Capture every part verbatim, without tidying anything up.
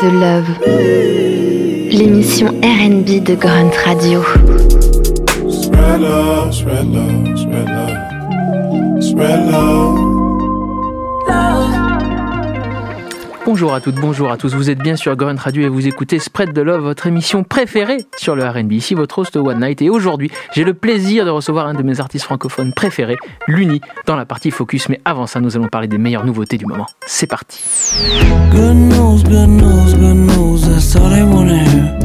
de Love, l'émission R and B de Grunt Radio. Spread love, spread love, spread love, spread love. Bonjour à toutes, bonjour à tous, vous êtes bien sur Grunt Radio et vous écoutez Spread the Love, votre émission préférée sur le R and B. Ici votre host One Night, et aujourd'hui j'ai le plaisir de recevoir un de mes artistes francophones préférés, Luni, dans la partie Focus. Mais avant ça, nous allons parler des meilleures nouveautés du moment. C'est parti. Good news, good news, good news, that's all I wanna hear.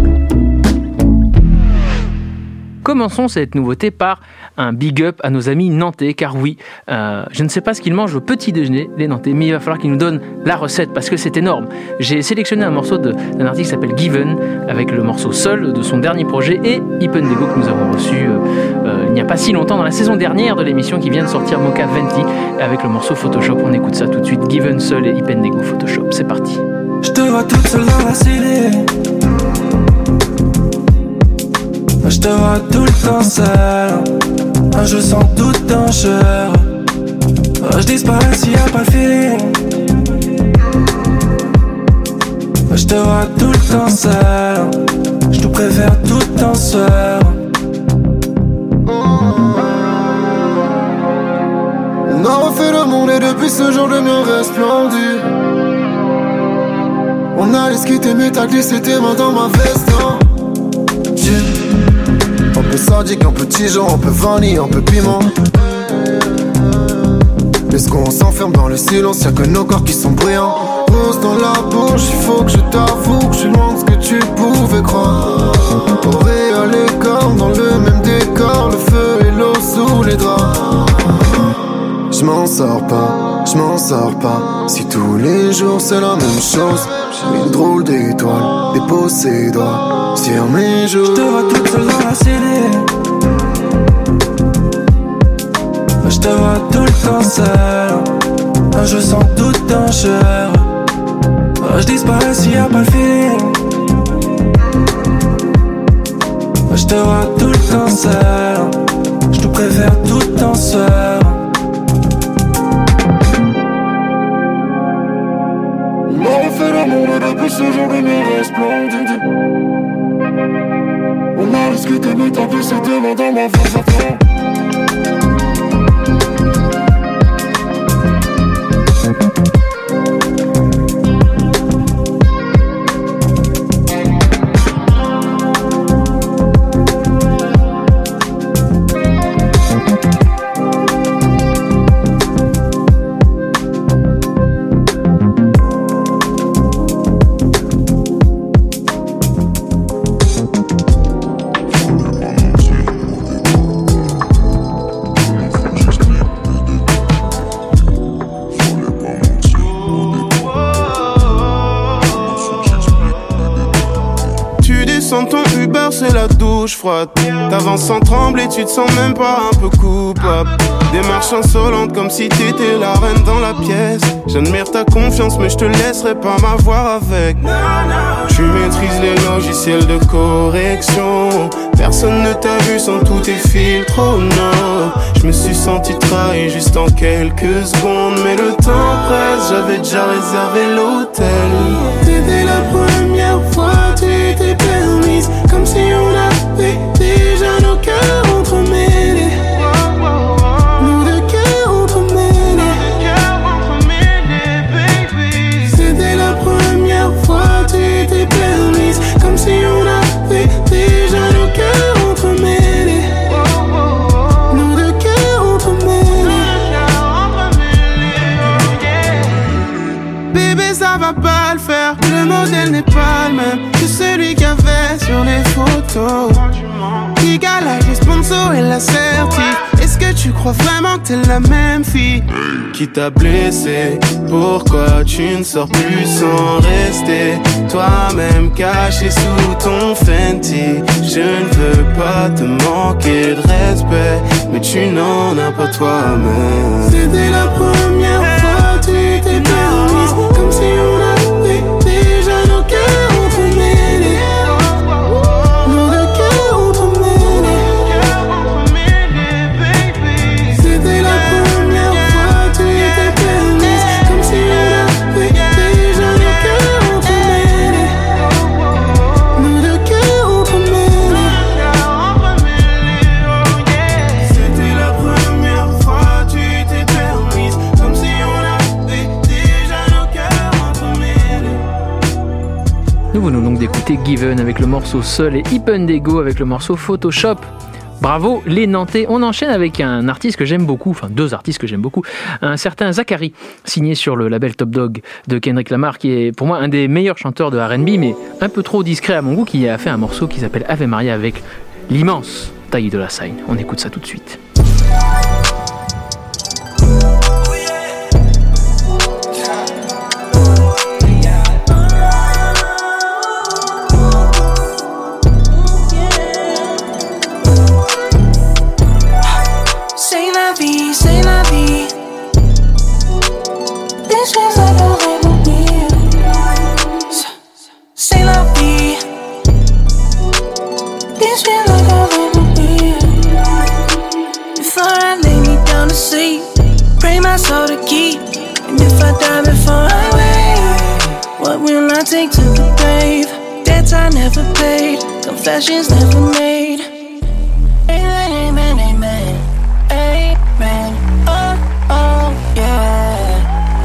Commençons cette nouveauté par un big up à nos amis nantais, car oui, euh, je ne sais pas ce qu'ils mangent au petit déjeuner, les nantais, mais il va falloir qu'ils nous donnent la recette parce que c'est énorme. J'ai sélectionné un morceau de, d'un artiste qui s'appelle Given, avec le morceau Seul de son dernier projet, et Ipendeego que nous avons reçu euh, euh, il n'y a pas si longtemps, dans la saison dernière de l'émission, qui vient de sortir Mocha Venti, avec le morceau Photoshop. On écoute ça tout de suite, Given, Seul et Ipendeego Photoshop. C'est parti. Je te vois toute seule dans la cité. Je te vois tout le temps seul. Je sens tout en chair. Je disparais s'il n'y a pas le feeling. Je te vois tout le temps seul. Je te préfère tout en sueur. On a refait le monde et depuis ce jour le mien reste splendu. On a discuté mais t'as glissé tes mains dans ma veste, hein. Un peu sadique, un peu tigeon, un peu vanille, un peu piment. Est-ce qu'on s'enferme dans le silence, y'a que nos corps qui sont brillants. Rose dans la bouche, il faut que je t'avoue que je suis loin de ce que tu pouvais croire. Auréole et cornes dans le même décor, le feu et l'eau sous les draps. Je m'en sors pas, je m'en sors pas. Si tous les jours c'est la même chose, j'ai une drôle d'étoile, dépose ses doigts sur mes joues. Je te vois toute seule dans la cité. Je te vois tout le temps seul. Je sens tout en chair. Je disparais s'il n'y a pas le feeling. Je te vois tout le temps seul. Je te préfère tout en sueur. On a refait le monde et depuis ce jour le mien reste splendide. On a discuté mais t'as glissé tes mains dans ma face à toi. C'est la douche froide. T'avances sans trembler, tu te sens même pas un peu coupable. Démarche insolente comme si t'étais la reine dans la pièce. J'admire ta confiance mais je te laisserai pas m'avoir avec. Tu maîtrises les logiciels de correction. Personne ne t'a vu sans tous tes filtres, oh non. Je me suis senti trahi juste en quelques secondes. Mais le temps presse, j'avais déjà réservé l'hôtel. C'était la première fois, tu t'es permise. Comme si on avait déjà nos cœurs entremêlés. Nous deux cœurs entremêlés. C'était la première fois, tu t'es permise. Comme si on avait déjà nos cœurs entremêlés. Nous deux cœurs entremêlés. Bébé, ça va pas le faire. Le modèle n'est pas le même que celui qu'il y avait sur les photos. Égalage, les sponsors et la certif. Est-ce que tu crois vraiment que t'es la même fille qui t'a blessé? Pourquoi tu ne sors plus sans rester toi-même caché sous ton Fenty? Je ne veux pas te manquer de respect, mais tu n'en as pas toi-même. C'était la première fois, tu t'es permise. Comme si on avait déjà nos cœurs entremêlés. Nos deux cœurs entremêlés. C'était la première fois, tu t'es permise. Comme si on avait déjà nos cœurs entremêlés. Nous venons donc d'écouter Given avec le morceau Seul et Ipendego avec le morceau Photoshop. Bravo les Nantais. On enchaîne avec un artiste que j'aime beaucoup, enfin deux artistes que j'aime beaucoup, un certain Zachary, signé sur le label Top Dog de Kendrick Lamar, qui est pour moi un des meilleurs chanteurs de R and B, mais un peu trop discret à mon goût, qui a fait un morceau qui s'appelle Ave Maria avec l'immense Ty Dolla Sign. On écoute ça tout de suite. Say la vie. This feels like a rêve. Say la vie. This feels like a rêve. Before I lay me down to sleep, pray my soul to keep. And if I die before I wake, what will I take to the grave? Debts I never paid, confessions never made. Amen, amen, amen. Amen, oh, oh, yeah.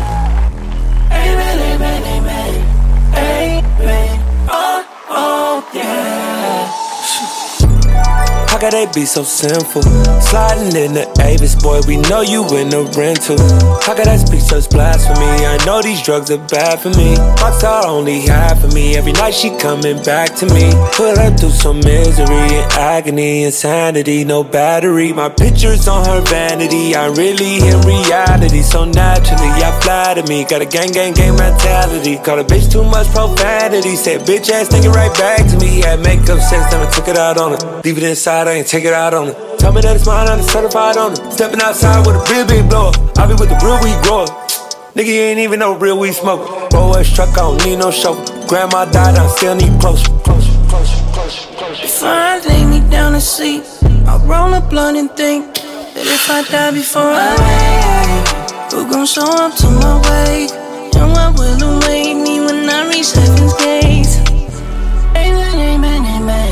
Amen, amen, amen. Amen, oh, oh, yeah. How could they be so sinful? Sliding in the Avis, boy, we know you in the rental. How could that speak such blasphemy? I know these drugs are bad for me. Rockstar only half of me. Every night she coming back to me. Put her through some misery and agony, insanity, no battery. My pictures on her vanity. I'm really in reality, so naturally I flatter me. Got a gang, gang, gang mentality. Call a bitch too much profanity. Said bitch ass nigga right back to me. Had makeup sex, then I took it out on her. Leave it inside, I ain't take it out on her. Tell me that it's mine, I'm certified on it. Stepping outside with a real big blower. I be with the real weed grower. Nigga, you ain't even know real weed smoke. Roll ass truck, I don't need no chauffeur. Grandma died, I still need closure. Closure, closure, closure, closure. Before I lay me down to sleep, I roll a blunt and think that if I die before I wake, who gon' show up to my wake? And what will await me when I reach heaven's gates? Amen, amen, amen.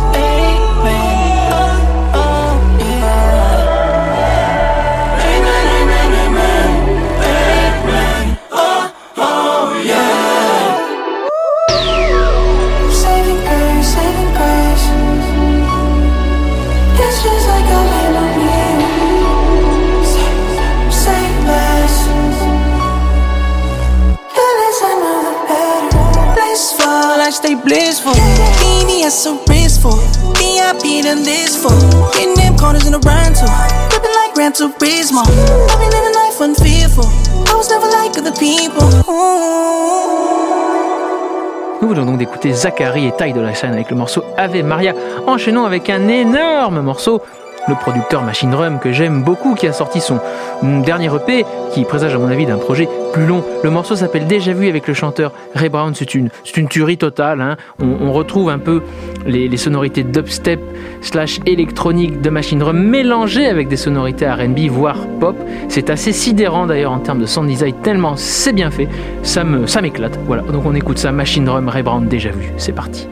Stay blissful, D V S so blissful, V I P done this for. Hitting them corners in the rental, flipping like Gran Turismo. I've been living life unfearful, I was never like other people. Ooh. Nous venons donc d'écouter Zachary et Ty Dolla Sign avec le morceau Ave Maria. Enchaînons avec un énorme morceau, le producteur Machine Rum, que j'aime beaucoup, qui a sorti son dernier E P, qui présage à mon avis d'un projet plus long. Le morceau s'appelle Déjà Vu avec le chanteur Ray Brown. C'est une, c'est une tuerie totale, hein. on, on retrouve un peu les, les sonorités dubstep slash électronique de Machine Rum mélangées avec des sonorités R and B voire pop. C'est assez sidérant d'ailleurs en termes de sound design, tellement c'est bien fait, ça, me, ça m'éclate. Voilà, donc on écoute ça, Machine Rum, Ray Brown, Déjà Vu, c'est parti.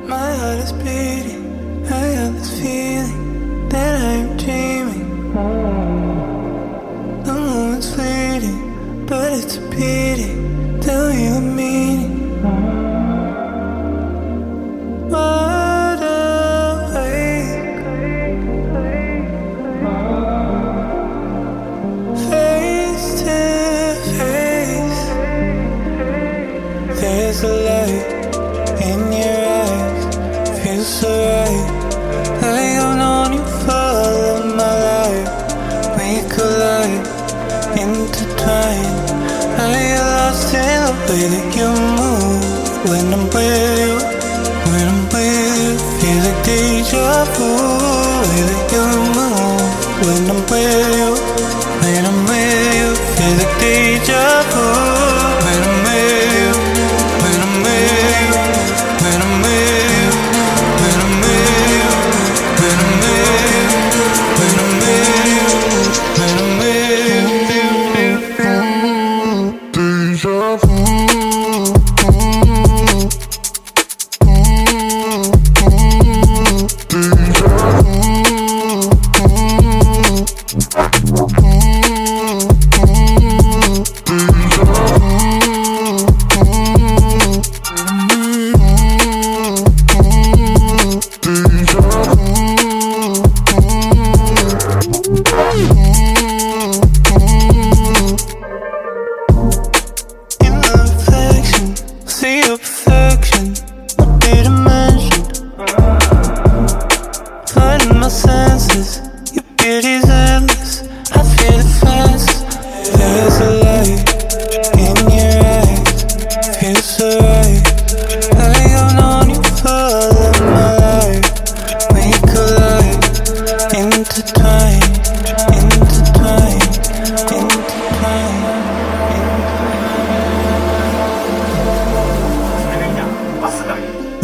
That I'm dreaming. The moment's fleeting, but it's a pity. Tell you the meaning. What a wake. Face to face. There's a light in your eyes. Feels so right. Like I've known you for all of my life. We collide, intertwined. I get lost in the way that you move. When I'm with you, when I'm with you, feel like deja vu. Way that you move. When I'm with you, when I'm with you, feel like deja vu. When I'm with you, when I'm with you, when I'm with you, when I'm with you. When I'm with you, when I'm with you, when I'm with you, deja vu. Deja vu.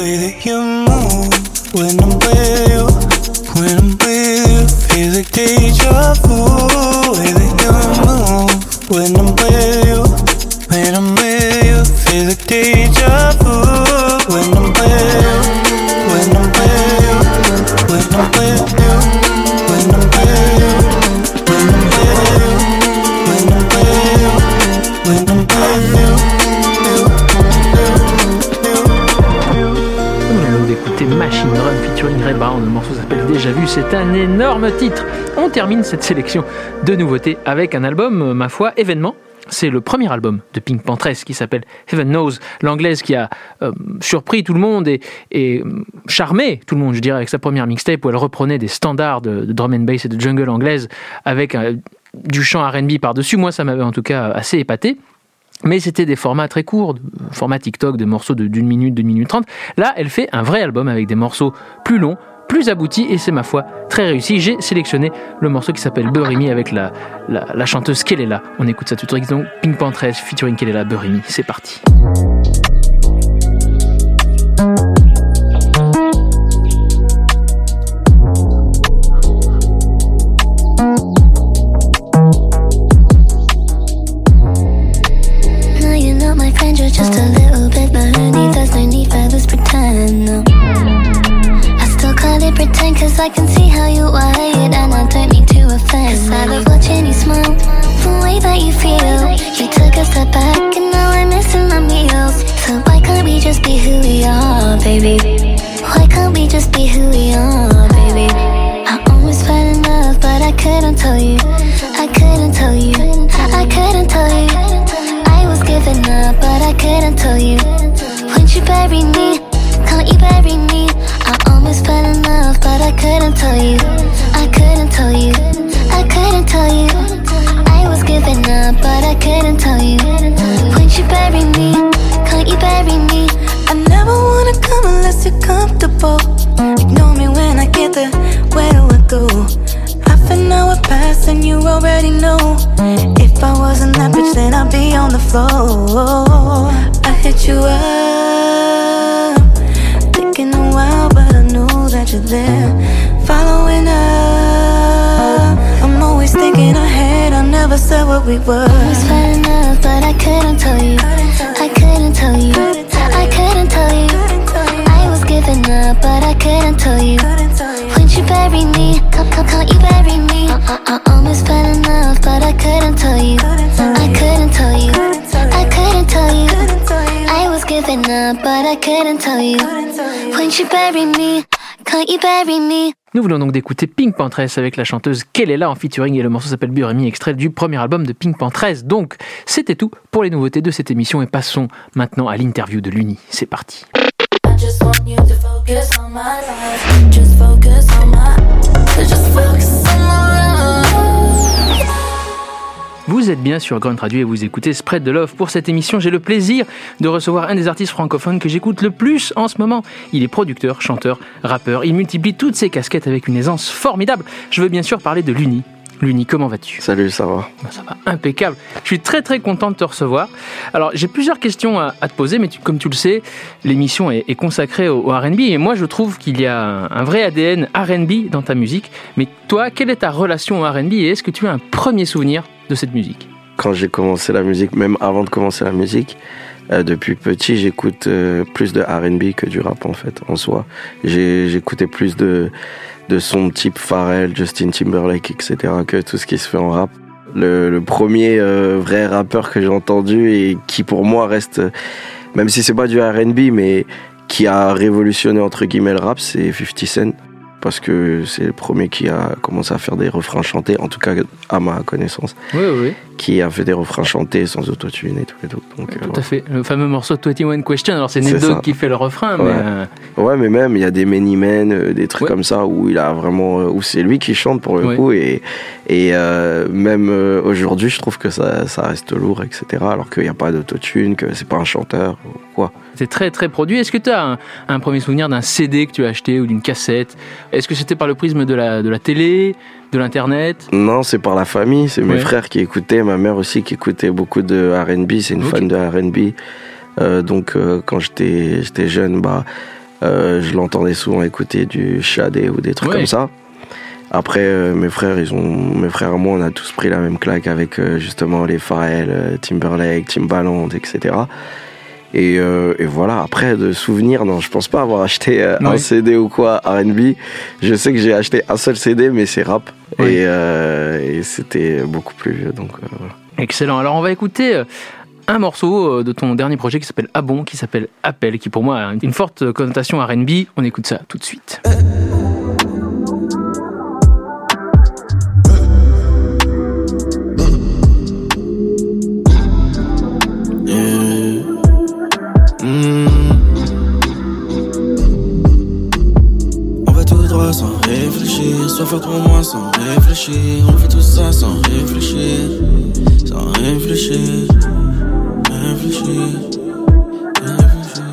way that you move when I'm with you, when I'm with you, feels like deja vu. Way that you move when I'm with you, when I'm with you, feels like deja vu. When I'm with you, when I'm with you, when I'm with you, when I'm with you, when I'm with you, when I'm with you, when I'm with you. D'écouter Machine Drum featuring Ray Brown, le morceau s'appelle Déjà Vu, c'est un énorme titre. On termine cette sélection de nouveautés avec un album, ma foi, événement. C'est le premier album de Pink Panthers qui s'appelle Heaven Knows, l'anglaise qui a euh, surpris tout le monde et, et charmé tout le monde, je dirais, avec sa première mixtape où elle reprenait des standards de, de drum and bass et de jungle anglaise avec euh, du chant R and B par-dessus. Moi, ça m'avait en tout cas assez épaté. Mais c'était des formats très courts, format TikTok, des morceaux de, d'une minute, d'une minute trente. Là, elle fait un vrai album avec des morceaux plus longs, plus aboutis, et c'est ma foi très réussi. J'ai sélectionné le morceau qui s'appelle Bury Me avec la, la, la chanteuse Kelela. On écoute ça tout de suite, donc Pink Panthers featuring Kelela, Bury Me, c'est parti. Just a little bit, but honey, there's no need for this pretend, no. I still call it pretend, cause I can see how you are it, and I don't mean to offend. Cause I love watching you smile, the way that you feel. You took a step back, and now I'm missing my meals. So why can't we just be who we are, baby? Why can't we just be who we are, baby? I almost fell in love, but I couldn't tell you. I couldn't tell you. I couldn't tell you. Giving up, but I couldn't tell you. Won't you bury me? Can't you bury me? I almost fell in love, but I couldn't tell you. I couldn't tell you. I couldn't tell you. I was giving up, but I couldn't tell you. Won't you bury me? Can't you bury me? I never wanna come unless you're comfortable. Ignore me when I get there. Where do I go? Half an hour past and you already know. If I wasn't that bitch, then I'd be on the floor. I hit you up, thinking a while, but I know that you're there. Following up, I'm always thinking ahead. I never said what we were. I was fell in love, but I couldn't tell you. I couldn't tell you. I couldn't tell you. I was giving up, but I couldn't tell you. Won't you bury me? Can't, can't you bury me? I, I almost fell in love, but I couldn't tell you. I couldn't tell you. I couldn't tell you. I was giving up, but I couldn't tell you. Won't you bury me? Can't you bury me? Nous venons donc d'écouter Pink Panthers avec la chanteuse Kelela en featuring et le morceau s'appelle Bury Me, extrait du premier album de Pink Panthers. Donc, c'était tout pour les nouveautés de cette émission et passons maintenant à l'interview de l'Uni. C'est parti. Just want you to focus on my life. Just focus on my. Just focus on my life. Vous êtes bien sur Grunt Radio et vous écoutez Spread the Love. Pour cette émission, j'ai le plaisir de recevoir un des artistes francophones que j'écoute le plus en ce moment. Il est producteur, chanteur, rappeur. Il multiplie toutes ses casquettes avec une aisance formidable. Je veux bien sûr parler de l'Uni. L'Uni, comment vas-tu ? Salut, ça va ? Ça va, impeccable. Je suis très très content de te recevoir. Alors, j'ai plusieurs questions à, à te poser, mais tu, comme tu le sais, l'émission est, est consacrée au, au R and B et moi je trouve qu'il y a un, un vrai A D N R and B dans ta musique. Mais toi, quelle est ta relation au R and B et est-ce que tu as un premier souvenir de cette musique ? Quand j'ai commencé la musique, même avant de commencer la musique, euh, depuis petit, j'écoute euh, plus de R and B que du rap en fait, en soi. J'ai, j'écoutais plus de... de son type Pharrell, Justin Timberlake, et cetera, que tout ce qui se fait en rap. Le, le premier euh, vrai rappeur que j'ai entendu et qui pour moi reste, même si c'est pas du R and B, mais qui a révolutionné entre guillemets le rap, c'est fifty Cent. Parce que c'est le premier qui a commencé à faire des refrains chantés, en tout cas à ma connaissance. Oui, oui. Qui a fait des refrains chantés sans autotune et tout et tout. Donc, tout euh, à ouais. fait. Le fameux morceau vingt et un Question. Alors c'est Nate Dogg qui fait le refrain, ouais. mais euh... ouais, mais même il y a des Many Men, euh, des trucs ouais. comme ça où il a vraiment, euh, où c'est lui qui chante pour le ouais. coup et et euh, même euh, aujourd'hui je trouve que ça ça reste lourd, et cetera. Alors qu'il n'y a pas d'autotune, que c'est pas un chanteur ou quoi. C'est très très produit. Est-ce que tu as un, un premier souvenir d'un C D que tu as acheté ou d'une cassette ? Est-ce que c'était par le prisme de la, de la télé, de l'internet ? Non, c'est par la famille. C'est mes ouais. frères qui écoutaient, ma mère aussi qui écoutait beaucoup de R and B. C'est une okay. fan de R and B. Euh, donc euh, quand j'étais, j'étais jeune, bah, Euh, je l'entendais souvent écouter du Shadé ou des trucs ouais. comme ça. Après, euh, mes frères, ils ont, mes frères et moi, on a tous pris la même claque avec euh, justement les Pharrell, euh, Timberlake, Timbaland, et cetera. Et, euh, et voilà. Après, de souvenirs, non, je pense pas avoir acheté euh, ouais. un C D ou quoi R and B. Je sais que j'ai acheté un seul C D, mais c'est rap. Ouais. Et, euh, et c'était beaucoup plus vieux. Donc, euh, voilà. Excellent. Alors, on va écouter euh, un morceau de ton dernier projet qui s'appelle Ah bon, qui s'appelle Appel, qui pour moi a une forte connotation R and B. On écoute ça tout de suite. Sans réfléchir, sois fort pour moi sans réfléchir. On fait tout ça sans réfléchir, sans réfléchir, réfléchir, réfléchir.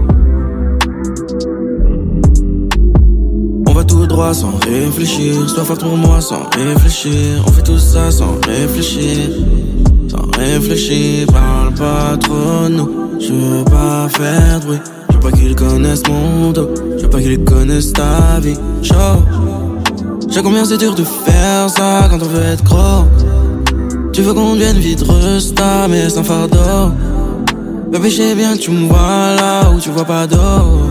On va tout droit sans réfléchir, sois fort pour moi sans réfléchir. On fait tout ça sans réfléchir, sans réfléchir. Parle pas trop nous, je veux pas faire de bruit. Je veux pas qu'ils connaissent mon dos, je veux pas qu'ils connaissent ta vie. Chaud, je sais combien c'est dur de faire ça quand on veut être gros. Tu veux qu'on devienne vite resta mais sans fardeau. Bébé, je sais bien que tu me vois là où tu vois pas d'eau.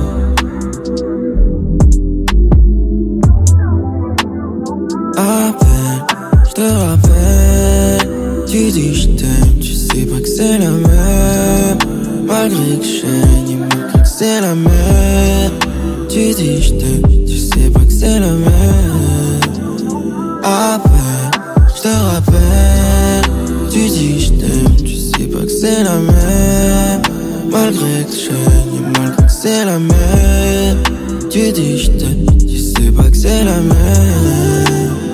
Appelle, je te rappelle. Tu dis je t'aime, tu sais pas que c'est la même. Malgré que je saigne, malgré que c'est la même. Tu dis je t'aime, tu sais pas que c'est la même. Appelle, je te rappelle. Tu dis je t'aime, tu sais pas que c'est la même. Malgré que je saigne, malgré que c'est la même. Tu dis je t'aime, tu sais pas que c'est la même.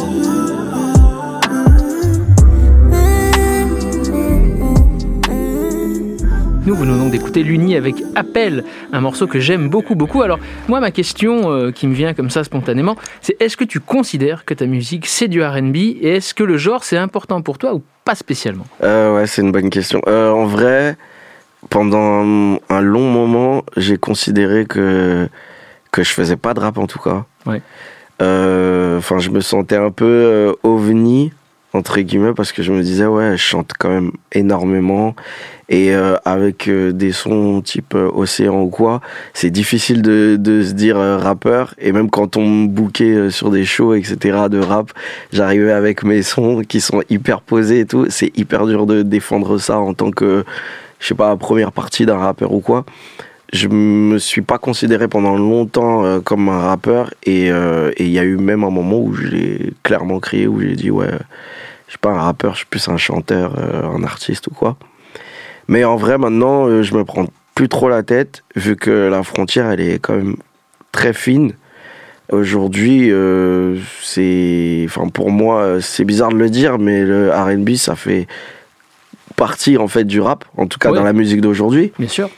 Nous venons donc d'écouter Luni avec Appel, un morceau que j'aime beaucoup, beaucoup. Alors, moi, ma question euh, qui me vient comme ça spontanément, c'est est-ce que tu considères que ta musique, c'est du R and B et est-ce que le genre, c'est important pour toi ou pas spécialement ? euh, Ouais, c'est une bonne question. Euh, en vrai, pendant un, un long moment, j'ai considéré que, que je faisais pas de rap en tout cas. Ouais. Euh, enfin, je me sentais un peu euh, ovni, entre guillemets, parce que je me disais, ouais, je chante quand même énormément. Et euh, avec euh, des sons type euh, Océan ou quoi, c'est difficile de, de se dire euh, rappeur. Et même quand on me bookait euh, sur des shows, et cetera, de rap, j'arrivais avec mes sons qui sont hyper posés et tout. C'est hyper dur de défendre ça en tant que, je sais pas, première partie d'un rappeur ou quoi. Je me suis pas considéré pendant longtemps euh, comme un rappeur. Et il euh, y a eu même un moment où j'ai clairement crié, où j'ai dit, ouais, je suis pas un rappeur, je suis plus un chanteur, euh, un artiste ou quoi. Mais en vrai, maintenant, euh, je me prends plus trop la tête, vu que la frontière, elle est quand même très fine. Aujourd'hui, euh, c'est, enfin, pour moi, c'est bizarre de le dire, mais le R and B, ça fait partie, en fait, du rap, en tout cas ouais. Dans la musique d'aujourd'hui. Bien sûr.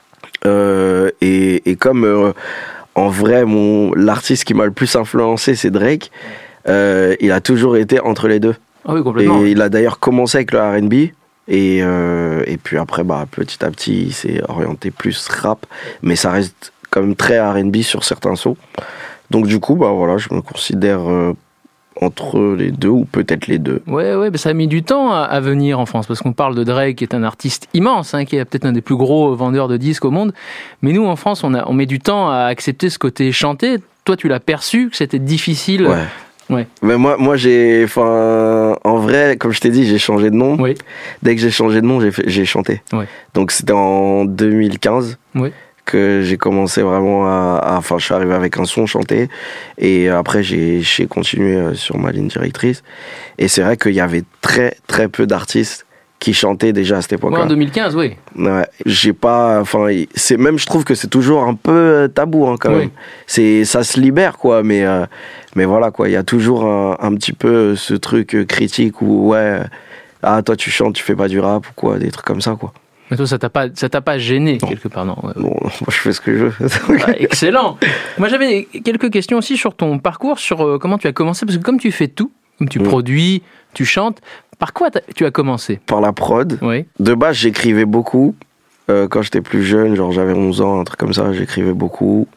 Euh, et, et comme, euh, en vrai, mon, l'artiste qui m'a le plus influencé, c'est Drake, euh, il a toujours été entre les deux. Ah oui, complètement. Et il a d'ailleurs commencé avec le R and B. Et, euh, et puis après, bah, petit à petit, il s'est orienté plus rap, mais ça reste quand même très R and B sur certains sons. Donc du coup, bah, voilà, je me considère euh, entre les deux, ou peut-être les deux. Ouais, ouais, mais ça a mis du temps à, à venir en France, parce qu'on parle de Drake, qui est un artiste immense, hein, qui est peut-être un des plus gros vendeurs de disques au monde. Mais nous, en France, on, a, on met du temps à accepter ce côté chanté. Toi, tu l'as perçu, que c'était difficile. Ouais. Ouais. Mais moi, moi j'ai, enfin, en vrai, comme je t'ai dit, j'ai changé de nom. Oui. Dès que j'ai changé de nom, j'ai, fait, j'ai chanté. Oui. Donc c'était en deux mille quinze oui. que j'ai commencé vraiment à, à, enfin, je suis arrivé avec un son chanté, et après j'ai, j'ai continué sur ma ligne directrice. Et c'est vrai qu'il y avait très, très peu d'artistes qui chantaient déjà à cette époque-là. Ouais, en deux mille quinze, oui. Ouais, j'ai pas, enfin, c'est même, je trouve que c'est toujours un peu tabou, hein, quand oui. même. C'est, ça se libère, quoi, mais, euh, mais voilà, quoi, il y a toujours un, un petit peu ce truc critique où, ouais, ah, toi, tu chantes, tu fais pas du rap ou quoi, des trucs comme ça, quoi. Mais toi, ça t'a pas, ça t'a pas gêné, non. quelque part, non? Ouais, bon, moi, je fais ce que je veux. Ah, excellent. Moi, j'avais quelques questions aussi sur ton parcours, sur euh, comment tu as commencé, parce que comme tu fais tout, comme tu mmh. produis, tu chantes, par quoi tu as commencé? Par la prod. Oui. De base, j'écrivais beaucoup. Euh, quand j'étais plus jeune, genre j'avais onze ans, un truc comme ça, j'écrivais beaucoup.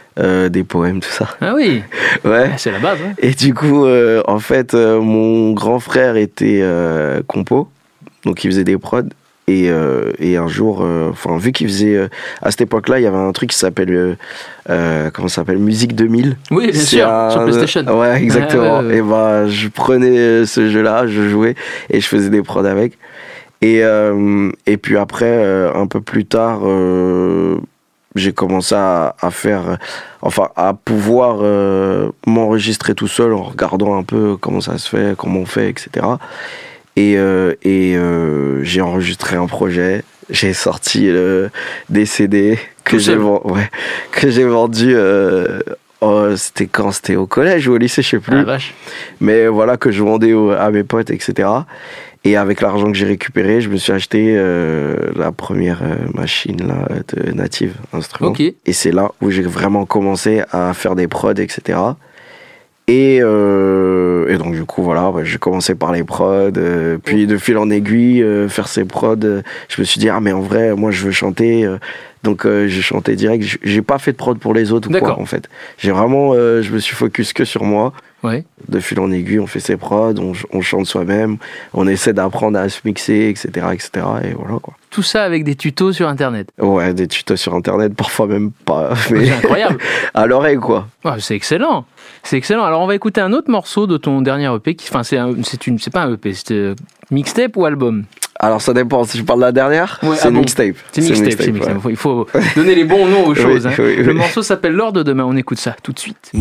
euh, des poèmes, tout ça. Ah oui. Ouais. C'est la base. Hein. Et du coup, euh, en fait, euh, mon grand frère était euh, compo, donc il faisait des prods. Et, euh, et un jour, enfin euh, vu qu'il faisait euh, à cette époque-là, il y avait un truc qui s'appelle euh, euh, comment ça s'appelle, Musique deux mille. Oui, bien c'est sûr, un, sur PlayStation. Ouais, exactement. Ouais, ouais, ouais. Et bah, je prenais ce jeu-là, je jouais et je faisais des prods avec. Et euh, et puis après, euh, un peu plus tard, euh, j'ai commencé à, à faire, enfin, à pouvoir euh, m'enregistrer tout seul en regardant un peu comment ça se fait, comment on fait, et cetera. Et, euh, et euh, j'ai enregistré un projet, j'ai sorti euh, des C D que j'ai, vend, ouais, que j'ai vendu. Euh, oh, c'était quand? C'était au collège ou au lycée, je sais plus. Ah, vache. Mais voilà, que je vendais au, à mes potes, et cetera. Et avec l'argent que j'ai récupéré, je me suis acheté euh, la première euh, machine là, de Native Instruments. Okay. Et c'est là où j'ai vraiment commencé à faire des prods, et cetera. Et, euh, et donc du coup voilà, bah, j'ai commencé par les prods, euh, puis de fil en aiguille, euh, faire ces prods, euh, je me suis dit ah mais en vrai moi je veux chanter, euh, donc euh, j'ai chanté direct, j'ai pas fait de prod pour les autres ou quoi en fait, j'ai vraiment, euh, je me suis focus que sur moi. Ouais. De fil en aiguille, on fait ses prods, on, on chante soi-même, on essaie d'apprendre à se mixer, et cetera, et cetera. Et voilà quoi. Tout ça avec des tutos sur Internet. Ouais, des tutos sur Internet, parfois même pas. Mais c'est incroyable. À l'oreille quoi. Ouais, c'est excellent, c'est excellent. Alors on va écouter un autre morceau de ton dernier E P, qui, enfin c'est un, c'est une, c'est pas un E P, c'est euh, mixtape ou album. Alors ça dépend, si je parle de la dernière, ouais, c'est, ah bon. mixtape. c'est mixtape. C'est mixtape, c'est mixtape. Ouais. Il faut donner les bons noms aux choses. Oui, hein. oui, oui. Le morceau s'appelle L'Or de demain, on écoute ça tout de suite.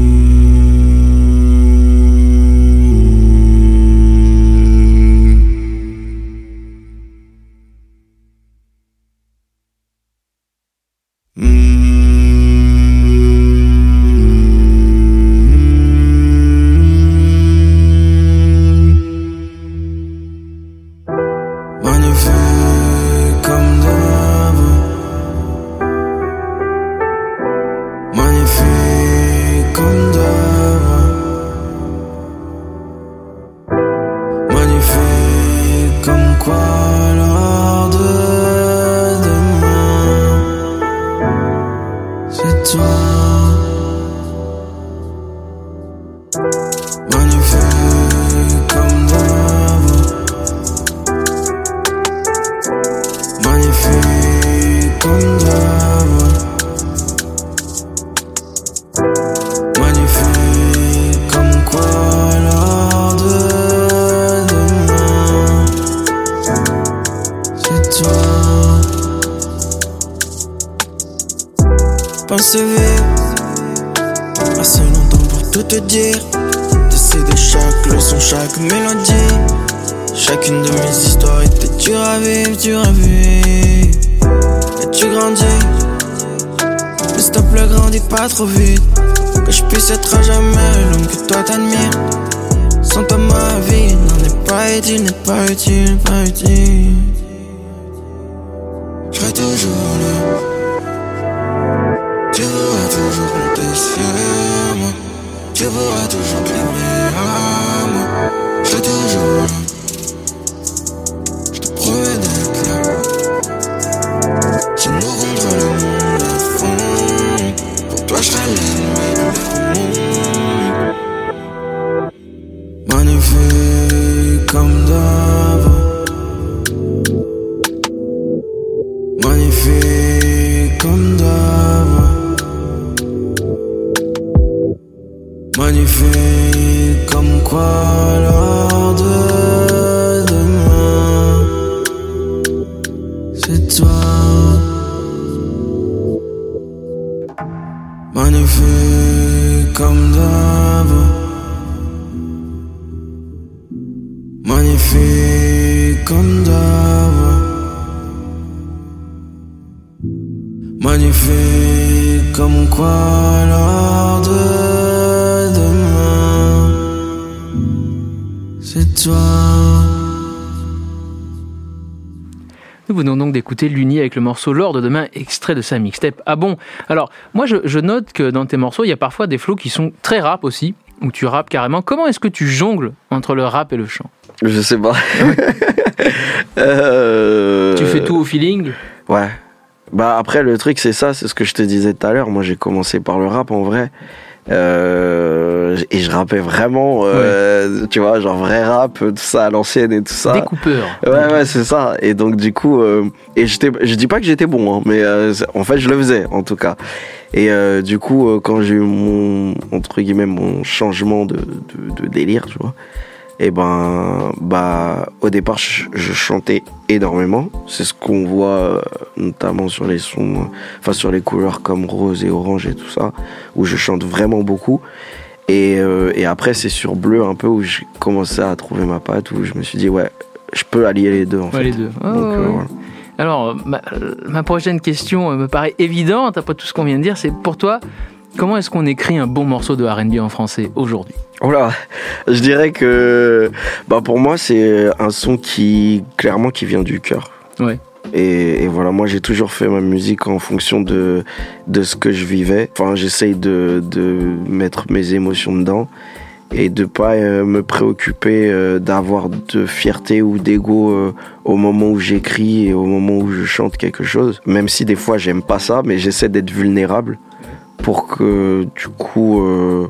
Pensez vivre assez longtemps pour tout te dire. Décider chaque leçon, chaque mélodie. Chacune de mes histoires était dure à vivre, dure à vivre. Et tu grandis, mais stop le grandis pas trop vite. Que je puisse être à jamais l'homme que toi t'admires. Sans toi ma vie n'en est pas utile, n'est pas utile, pas utile. Je serai toujours là. Tu pourras toujours compter sur moi. Tu pourras toujours crier à moi. Je serai toujours là. Je te promets d'être là. Si nous contre le monde à fond, pour toi je serai l'ennemi du monde. Magnifique comme d'avant. Magnifique comme d'avant. Magnifique comme quoi l'heure de demain, c'est toi. Magnifique comme d'avant. Magnifique comme d'avant. Magnifique comme quoi l'heure de demain, c'est toi. Nous venons donc d'écouter Luni avec le morceau L'Or de demain, extrait de sa mixtape. Ah bon? Alors, moi je, je note que dans tes morceaux, il y a parfois des flows qui sont très rap aussi, où tu rappes carrément. Comment est-ce que tu jongles entre le rap et le chant? Je sais pas. euh... Tu fais tout au feeling? Ouais. Bah après le truc c'est ça, c'est ce que je te disais tout à l'heure. Moi j'ai commencé par le rap en vrai. Euh, et je rappais vraiment, euh, ouais. tu vois, genre vrai rap, tout ça à l'ancienne et tout ça. Découpeur. Ouais, ouais, c'est ça. Et donc du coup, euh, et j'étais, je dis pas que j'étais bon, hein, mais euh, en fait je le faisais en tout cas. Et euh, du coup, euh, quand j'ai eu mon entre guillemets mon changement de, de, de délire, tu vois. Et ben, bah, au départ, je, je chantais énormément. C'est ce qu'on voit euh, notamment sur les sons, euh, enfin sur les couleurs comme rose et orange et tout ça, où je chante vraiment beaucoup. Et, euh, et après, c'est sur Bleu un peu où j'ai commencé à trouver ma patte, où je me suis dit ouais, je peux allier les deux en ouais, fait. Les deux. Oh, Donc, ouais. euh, voilà. Alors, ma, ma prochaine question me paraît évidente après tout ce qu'on vient de dire. C'est pour toi, comment est-ce qu'on écrit un bon morceau de R and B en français aujourd'hui ? Oh là, je dirais que bah pour moi c'est un son qui clairement qui vient du cœur. Ouais. Et, et voilà, moi j'ai toujours fait ma musique en fonction de de ce que je vivais. Enfin, j'essaye de de mettre mes émotions dedans et de pas euh, me préoccuper euh, d'avoir de fierté ou d'ego euh, au moment où j'écris et au moment où je chante quelque chose. Même si des fois j'aime pas ça, mais j'essaie d'être vulnérable pour que du coup euh,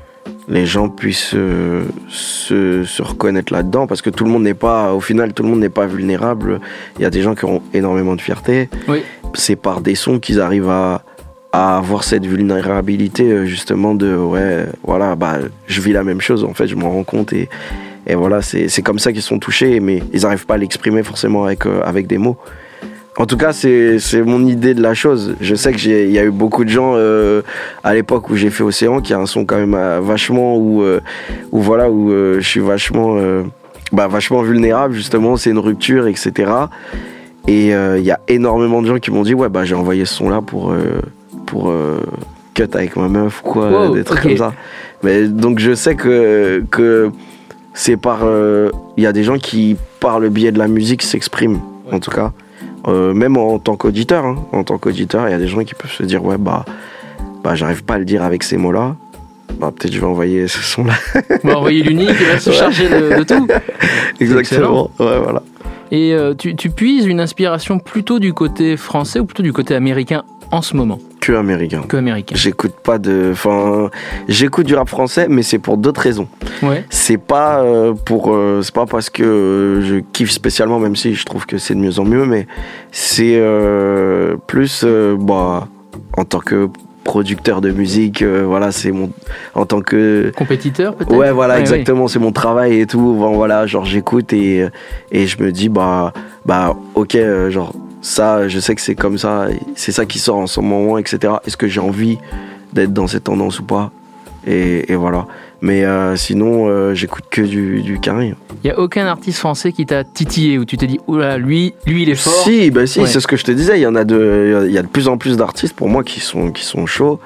les gens puissent euh, se, se reconnaître là-dedans, parce que tout le monde n'est pas, au final, tout le monde n'est pas vulnérable. Il y a des gens qui ont énormément de fierté. Oui. C'est par des sons qu'ils arrivent à, à avoir cette vulnérabilité, justement, de ouais, voilà, bah, je vis la même chose, en fait, je m'en rends compte, et, et voilà, c'est, c'est comme ça qu'ils sont touchés, mais ils n'arrivent pas à l'exprimer forcément avec, euh, avec des mots. En tout cas, c'est, c'est mon idée de la chose. Je sais que j'ai, il y a eu beaucoup de gens euh, à l'époque où j'ai fait Océan, qui a un son quand même euh, vachement où, euh, où voilà, où euh, je suis vachement, euh, bah, vachement vulnérable justement. C'est une rupture, et cetera. Et il euh, y a énormément de gens qui m'ont dit ouais bah j'ai envoyé ce son là pour euh, pour euh, cut avec ma meuf ou quoi, wow, des trucs okay. comme ça. Mais donc je sais que que c'est par, il euh, y a des gens qui par le biais de la musique s'expriment ouais. en tout cas. Euh, même en tant qu'auditeur, hein, en tant qu'auditeur, il y a des gens qui peuvent se dire ouais bah, bah j'arrive pas à le dire avec ces mots-là. Bah peut-être je vais envoyer ce son-là. On va envoyer l'unique, il va se charger de, de tout. Exactement. Ouais, voilà. Et euh, tu, tu puises une inspiration plutôt du côté français ou plutôt du côté américain en ce moment ? Que américain. Que américain. J'écoute pas de, enfin, j'écoute du rap français, mais c'est pour d'autres raisons. Ouais. C'est pas euh, pour, euh, c'est pas parce que euh, je kiffe spécialement, même si je trouve que c'est de mieux en mieux, mais c'est euh, plus, euh, bah, en tant que producteur de musique, euh, voilà, c'est mon, en tant que compétiteur peut-être. Ouais, voilà, ouais, exactement, oui. C'est mon travail et tout. Bon, voilà, genre j'écoute et et je me dis bah bah ok, euh, genre. Ça, je sais que c'est comme ça, c'est ça qui sort en ce moment, et cetera. Est-ce que j'ai envie d'être dans cette tendance ou pas ? et, et voilà. Mais euh, sinon, euh, j'écoute que du, du carré. Il n'y a aucun artiste français qui t'a titillé, où tu t'es dit, oula, lui, lui, il est fort. Si, bah si, ouais. C'est ce que je te disais. Il y en a de, il y a de plus en plus d'artistes pour moi qui sont, qui sont chauds.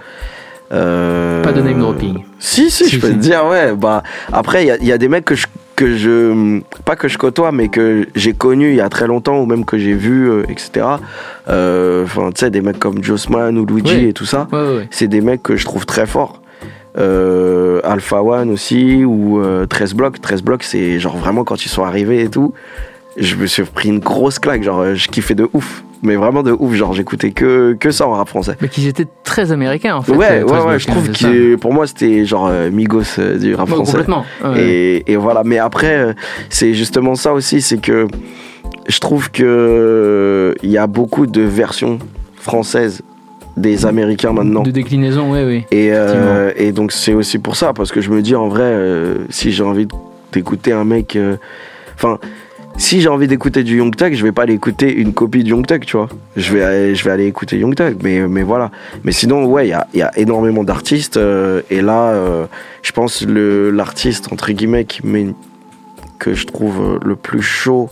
Euh... Pas de name dropping. Si, si, si je peux si. te dire, ouais. Bah, après, il y a, y a des mecs que je, que je. Pas que je côtoie, mais que j'ai connus il y a très longtemps, ou même que j'ai vus, euh, et cetera. Enfin, euh, tu sais, des mecs comme Jossman ou Luigi ouais. et tout ça. Ouais, ouais. C'est des mecs que je trouve très forts. Euh, Alpha One aussi, ou euh, treize blocs. treize blocs, c'est genre vraiment quand ils sont arrivés et tout. Je me suis pris une grosse claque, genre je kiffais de ouf. Mais vraiment de ouf, genre j'écoutais que, que ça en rap français. Mais qu'ils étaient très américains en fait. Ouais, ouais, ouais, je trouve que pour moi c'était genre euh, Migos euh, du rap ouais, français. Complètement. Ouais. Et, et voilà, mais après, euh, c'est justement ça aussi, c'est que je trouve que euh, y a beaucoup de versions françaises des Américains maintenant. De déclinaison, ouais, oui. Et, euh, et donc c'est aussi pour ça, parce que je me dis en vrai, euh, si j'ai envie d'écouter un mec. Enfin. Euh, Si j'ai envie d'écouter du Young Thug, je vais pas aller écouter une copie de Young Thug, tu vois. Je vais aller, je vais aller écouter Young Thug, mais, mais voilà. Mais sinon, ouais, il y a, y a énormément d'artistes. Euh, et là, euh, je pense le l'artiste, entre guillemets, qui met, que je trouve le plus chaud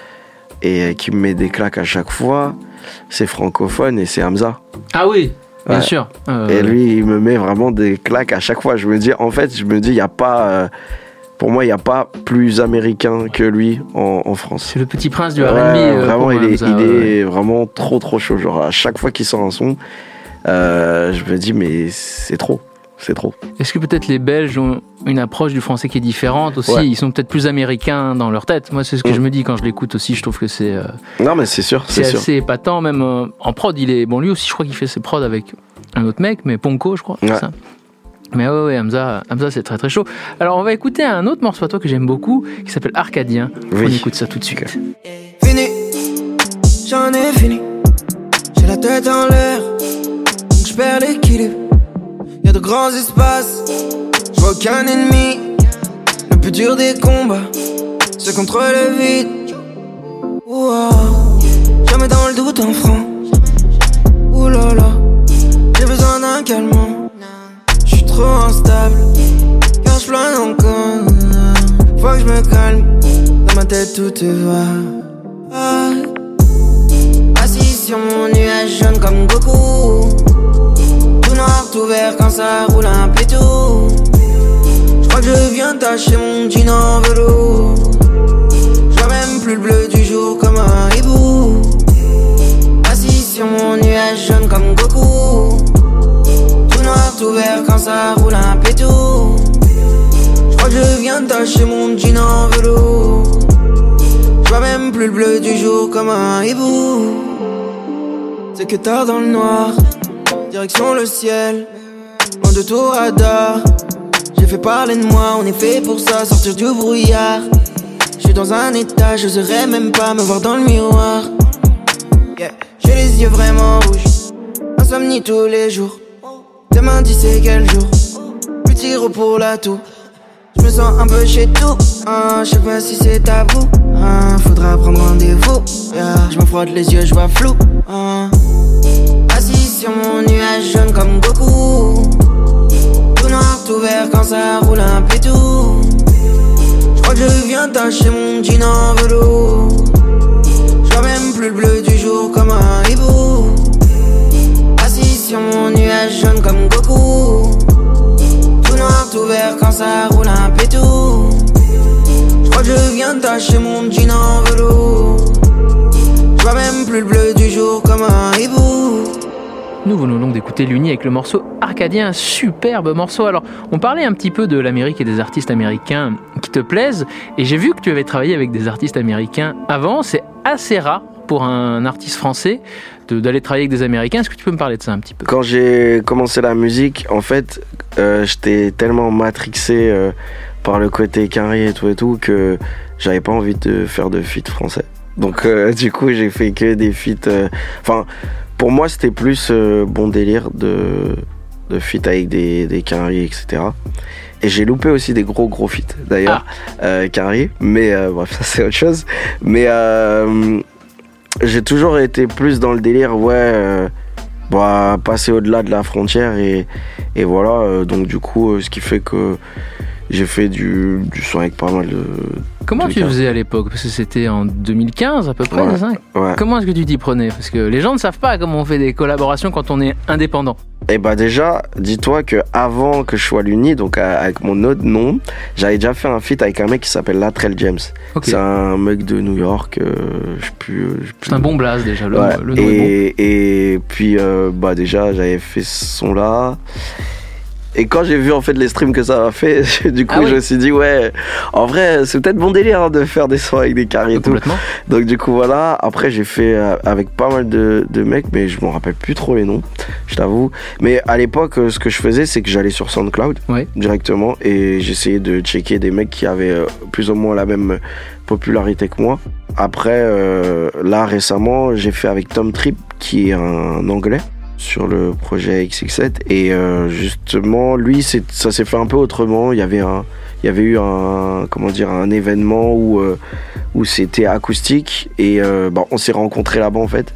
et qui me met des claques à chaque fois, c'est francophone et c'est Hamza. Ah oui, bien ouais. sûr. Euh... Et lui, il me met vraiment des claques à chaque fois. Je me dis, en fait, je me dis, il n'y a pas... Euh, Pour moi, il n'y a pas plus américain que lui en, en France. C'est le petit prince du R and B. Ouais, euh, vraiment, il, est, ça, il ouais. est vraiment trop, trop chaud. Genre, à chaque fois qu'il sort un son, euh, je me dis, mais c'est trop. c'est trop. Est-ce que peut-être les Belges ont une approche du français qui est différente aussi? Ouais. Ils sont peut-être plus américains dans leur tête. Moi, c'est ce que mmh. je me dis quand je l'écoute aussi. Je trouve que c'est. Euh, non, mais c'est sûr. C'est, c'est assez sûr. épatant. Même euh, en prod, il est. Bon, lui aussi, je crois qu'il fait ses prods avec un autre mec, mais Ponko, je crois. Ouais. C'est ça. Mais ouais, ouais, Hamza, Hamza, c'est très très chaud. Alors, on va écouter un autre morceau à toi que j'aime beaucoup, qui s'appelle Arcadien. Oui. On écoute ça tout de suite. Fini, j'en ai fini. J'ai la tête en l'air, donc je perds l'équilibre. Y'a de grands espaces, je vois aucun ennemi. Le plus dur des combats, c'est contre le vide. Wow. Jamais dans le doute en franc. Ouh là là, j'ai besoin d'un calmant. J'suis trop instable, car j'plane encore. Faut que j'me calme, dans ma tête tout te va. Ah. Assis sur mon nuage jaune comme Goku. Tout noir, tout vert quand ça roule un pétou. J'crois que je viens tâcher mon jean en velours. J'vois même plus le bleu du jour comme un hibou. Assis sur mon nuage jaune comme Goku. Tout noir, tout vert quand ça roule un pétou. J'crois que je viens tâcher mon jean en velours. J'vois même plus le bleu du jour comme un hibou. C'est que tard dans le noir, direction le ciel, loin de tout radar. J'ai fait parler de moi, on est fait pour ça, sortir du brouillard. J'suis dans un état, j'oserais même pas me voir dans le miroir. Yeah. J'ai les yeux vraiment rouges, insomnie tous les jours. Demain dis c'est quel jour, petit repos là tout. J'me sens un peu chez tout, hein, j'sais pas si c'est tabou, hein, faudra prendre rendez-vous, yeah. J'me frotte les yeux, j'vois flou, hein. Assis sur mon nuage jaune comme Goku. Tout noir, tout vert quand ça roule un pétou. J'crois que je viens tâcher mon jean en velours. J'vois même plus le bleu du jour comme un hibou. Assis sur mon nuage jaune comme Goku. Tout noir, tout vert quand ça roule un pétou. J'crois que je viens tâcher mon jean en velours. J'vois même plus le bleu du jour comme un hibou. Nous venons donc d'écouter Luni avec le morceau Arcadien, un superbe morceau. Alors, on parlait un petit peu de l'Amérique et des artistes américains qui te plaisent, et j'ai vu que tu avais travaillé avec des artistes américains avant. C'est assez rare pour un artiste français de, d'aller travailler avec des Américains. Est-ce que tu peux me parler de ça un petit peu? Quand j'ai commencé la musique, en fait, euh, j'étais tellement matrixé euh, par le côté carré et tout et tout que j'avais pas envie de faire de feat français. Donc, euh, du coup, j'ai fait que des feats. Enfin. Euh, Pour moi, c'était plus euh, bon délire de, de feat avec des, des Quinry, et cetera. Et j'ai loupé aussi des gros gros feats, d'ailleurs, ah. euh, Quinry. Mais euh, bref, ça c'est autre chose. Mais euh, j'ai toujours été plus dans le délire, ouais, euh, bah, passer au-delà de la frontière. Et, et voilà, euh, donc du coup, euh, ce qui fait que j'ai fait du, du son avec pas mal de... Comment de tu cas. faisais à l'époque? Parce que c'était en deux mille quinze à peu près, ouais, c'est ça? Ouais. Comment est-ce que tu t'y prenais? Parce que les gens ne savent pas comment on fait des collaborations quand on est indépendant. Et bah déjà, dis-toi que avant que je sois l'Uni, donc avec mon autre nom, j'avais déjà fait un feat avec un mec qui s'appelle Latrell James. Okay. C'est un mec de New York, euh, je sais plus, je sais plus. C'est un bon blaze déjà, le, ouais. le nom et, est bon. Et puis euh, bah déjà j'avais fait ce son là. Et quand j'ai vu en fait les streams que ça a fait, du coup ah oui. je me suis dit ouais, en vrai c'est peut-être bon délire hein, de faire des sons avec des carrés et tout. Donc du coup voilà, après j'ai fait euh, avec pas mal de, de mecs, mais je m'en rappelle plus trop les noms, je t'avoue. Mais à l'époque, ce que je faisais, c'est que j'allais sur SoundCloud ouais. directement et j'essayais de checker des mecs qui avaient euh, plus ou moins la même popularité que moi. Après, euh, là récemment, j'ai fait avec Tom Trip, qui est un anglais, sur le projet X X sept, et euh, justement lui c'est, ça s'est fait un peu autrement. Il y avait un il y avait eu un comment dire un événement où euh, où c'était acoustique et euh, bah, on s'est rencontrés là-bas en fait,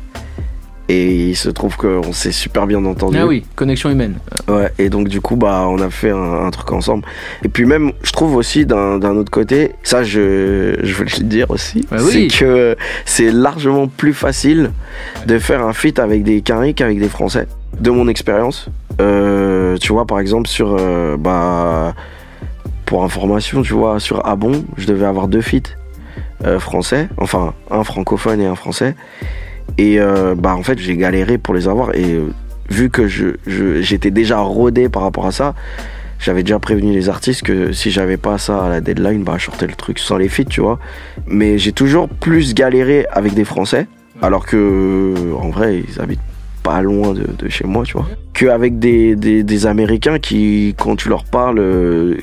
et il se trouve qu'on s'est super bien entendu. Ah oui, connexion humaine. Ouais, et donc du coup bah on a fait un, un truc ensemble. Et puis même je trouve aussi d'un, d'un autre côté, ça je, je voulais le dire aussi, bah oui. c'est que c'est largement plus facile de faire un feat avec des Quinry qu'avec des Français, de mon expérience. Euh, tu vois par exemple sur euh, bah pour information, tu vois sur Abon, je devais avoir deux feats euh, français, enfin un francophone et un français. Et euh, bah en fait j'ai galéré pour les avoir, et euh, vu que je, je, j'étais déjà rodé par rapport à ça, j'avais déjà prévenu les artistes que si j'avais pas ça à la deadline, bah je sortais le truc sans les feats, tu vois. Mais j'ai toujours plus galéré avec des Français, alors que en vrai ils habitent pas loin de, de chez moi, tu vois, qu'avec des, des, des Américains qui, quand tu leur parles, euh,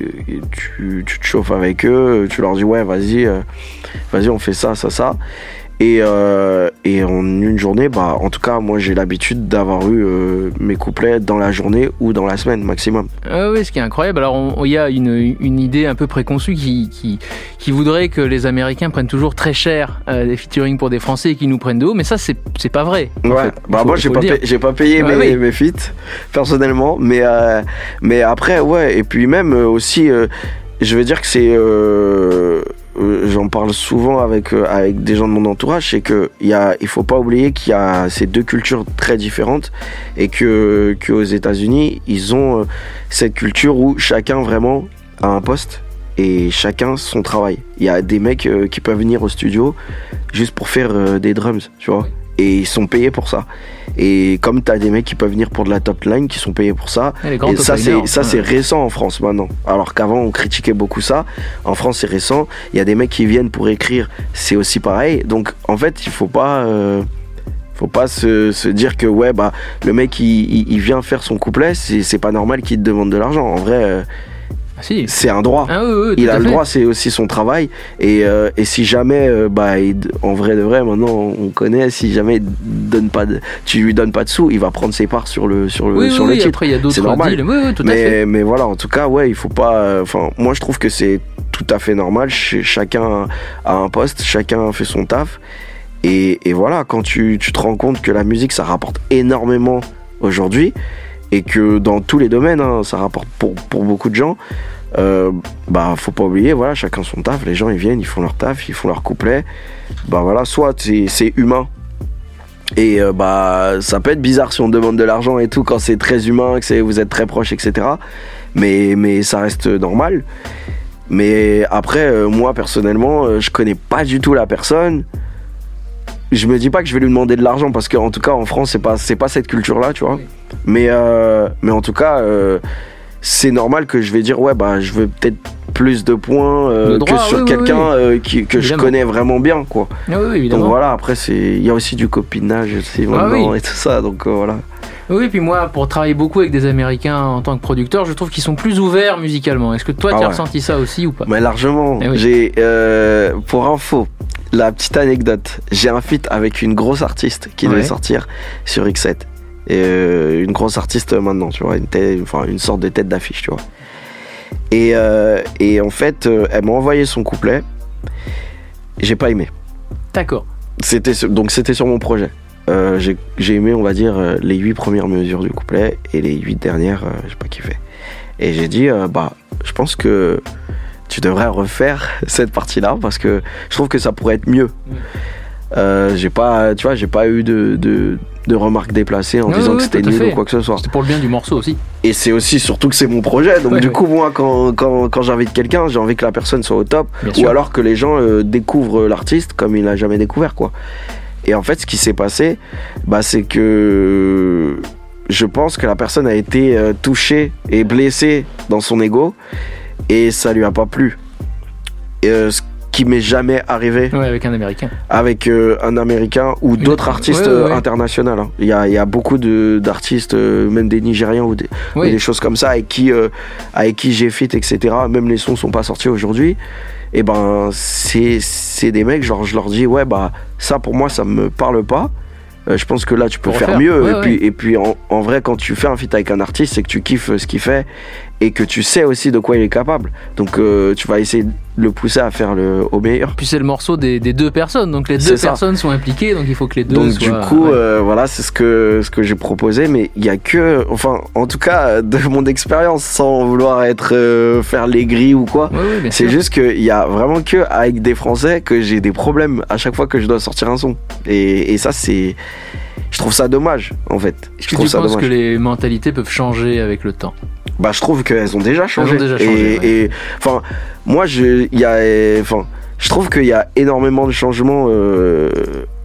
tu, tu te chauffes avec eux, tu leur dis ouais vas-y, euh, vas-y on fait ça, ça, ça. Et, euh, et en une journée, bah, en tout cas, moi j'ai l'habitude d'avoir eu euh, mes couplets dans la journée ou dans la semaine maximum. Ah oui, ce qui est incroyable. Alors, il y a une, une idée un peu préconçue qui, qui, qui voudrait que les Américains prennent toujours très cher euh, des featuring pour des Français et qu'ils nous prennent de haut, mais ça, c'est, c'est pas vrai. Ouais, fait. bah faut, moi j'ai pas, payé, j'ai pas payé ouais, mes, oui. mes feats, personnellement, mais, euh, mais après, ouais, et puis même euh, aussi, euh, je veux dire que c'est. Euh, Euh, j'en parle souvent avec, euh, avec des gens de mon entourage, c'est que y a, il faut pas oublier qu'il y a ces deux cultures très différentes et que qu'aux États-Unis ils ont euh, cette culture où chacun vraiment a un poste et chacun son travail. Il y a des mecs euh, qui peuvent venir au studio juste pour faire euh, des drums, tu vois. Et ils sont payés pour ça. Et comme t'as des mecs qui peuvent venir pour de la top line, qui sont payés pour ça. Et, et ça, c'est, ça, c'est récent en France maintenant. Alors qu'avant, on critiquait beaucoup ça. En France, c'est récent. Il y a des mecs qui viennent pour écrire, c'est aussi pareil. Donc, en fait, il faut pas, euh, faut pas se, se dire que, ouais, bah, le mec, il, il, il vient faire son couplet, c'est, c'est pas normal qu'il te demande de l'argent. En vrai. Euh, Si. C'est un droit. Ah, oui, oui, il a le droit, c'est aussi son travail. Et, euh, et si jamais, euh, bah, il, en vrai de vrai, maintenant on connaît, si jamais il donne pas de, tu lui donnes pas de sous, il va prendre ses parts sur le, sur le, oui, sur oui, le titre. Après, il y a d'autres c'est normal. Deals. Oui, oui, tout mais, à fait. mais voilà, en tout cas, ouais, il faut pas. Enfin, euh, moi je trouve que c'est tout à fait normal. Ch- chacun a un poste, chacun fait son taf. Et, et voilà, quand tu, tu te rends compte que la musique ça rapporte énormément aujourd'hui et que dans tous les domaines, hein, ça rapporte pour, pour beaucoup de gens. Euh, bah faut pas oublier, voilà, chacun son taf, les gens ils viennent, ils font leur taf, ils font leur couplet, bah voilà, soit c'est, c'est humain et euh, bah ça peut être bizarre si on demande de l'argent et tout quand c'est très humain, que c'est, vous êtes très proches, etc, mais, mais ça reste normal. Mais après euh, moi personnellement euh, je connais pas du tout la personne, je me dis pas que je vais lui demander de l'argent parce qu'en tout cas en France c'est pas, c'est pas cette culture là, tu vois, mais, euh, mais en tout cas euh, c'est normal que je vais dire ouais bah je veux peut-être plus de points euh, droit, que sur oui, quelqu'un oui, oui. Euh, qui, que évidemment. Je connais vraiment bien quoi. Oui, oui, donc voilà, après c'est il y a aussi du copinage aussi maintenant ah, oui. et tout ça, donc euh, voilà. Oui, puis moi pour travailler beaucoup avec des Américains en tant que producteur, je trouve qu'ils sont plus ouverts musicalement. Est-ce que toi ah, tu as ouais. ressenti ça aussi ou pas? Mais largement. Eh oui. J'ai euh, pour info, la petite anecdote, j'ai un feat avec une grosse artiste qui ouais. devait sortir sur X sept. Et euh, une grosse artiste maintenant, tu vois, une, tête, enfin, une sorte de tête d'affiche, tu vois. Et, euh, et en fait, euh, elle m'a envoyé son couplet. J'ai pas aimé. D'accord. C'était, donc c'était sur mon projet. Euh, j'ai, j'ai aimé, on va dire, les huit premières mesures du couplet et les huit dernières, euh, j'ai pas kiffé. Et j'ai dit, euh, bah, je pense que tu devrais refaire cette partie-là parce que je trouve que ça pourrait être mieux. Mmh. Euh, j'ai pas, tu vois, j'ai pas eu de, de, de remarques déplacées en oui, disant oui, que c'était nul ou quoi que ce soit. C'était pour le bien du morceau aussi. Et c'est aussi surtout que c'est mon projet, donc ouais, du ouais. coup moi quand, quand, quand j'invite quelqu'un, j'ai envie que la personne soit au top, bien ou sûr. Alors que les gens euh, découvrent l'artiste comme il l'a jamais découvert quoi. Et en fait ce qui s'est passé, bah c'est que je pense que la personne a été euh, touchée et blessée dans son ego et ça lui a pas plu. Et, euh, qui m'est jamais arrivé ouais, avec un Américain avec euh, un Américain ou Une... d'autres artistes ouais, ouais, ouais. internationaux hein. il y a, il y a beaucoup de, d'artistes euh, même des Nigérians ou des, oui. ou des choses comme ça avec qui, euh, avec qui j'ai fit etc, même les sons sont pas sortis aujourd'hui et ben c'est, c'est des mecs genre je leur dis ouais bah ça pour moi ça me parle pas. Euh, je pense que là tu peux faire, faire mieux ouais, et, ouais. Puis, et puis en, en vrai quand tu fais un feat avec un artiste c'est que tu kiffes ce qu'il fait et que tu sais aussi de quoi il est capable, donc euh, tu vas essayer de le pousser à faire le, au meilleur. Puis c'est le morceau des, des deux personnes, donc les deux c'est personnes ça. Sont impliquées, donc il faut que les deux donc soient... du coup ouais. euh, voilà c'est ce que, ce que j'ai proposé, mais il y a que, enfin en tout cas de mon expérience sans vouloir être euh, faire les grilles ou quoi, ouais, ouais, c'est sûr. Juste qu'il y a vraiment que avec des Français que j'ai des problèmes à chaque fois que je dois sortir un son et, et ça c'est... Je trouve ça dommage, en fait. Est-ce que tu penses dommage. Que les mentalités peuvent changer avec le temps? Bah, je trouve qu'elles ont déjà changé. Elles ont déjà changé. Et, enfin, ouais. moi, je, y a, enfin, je trouve qu'il y a énormément de changements euh,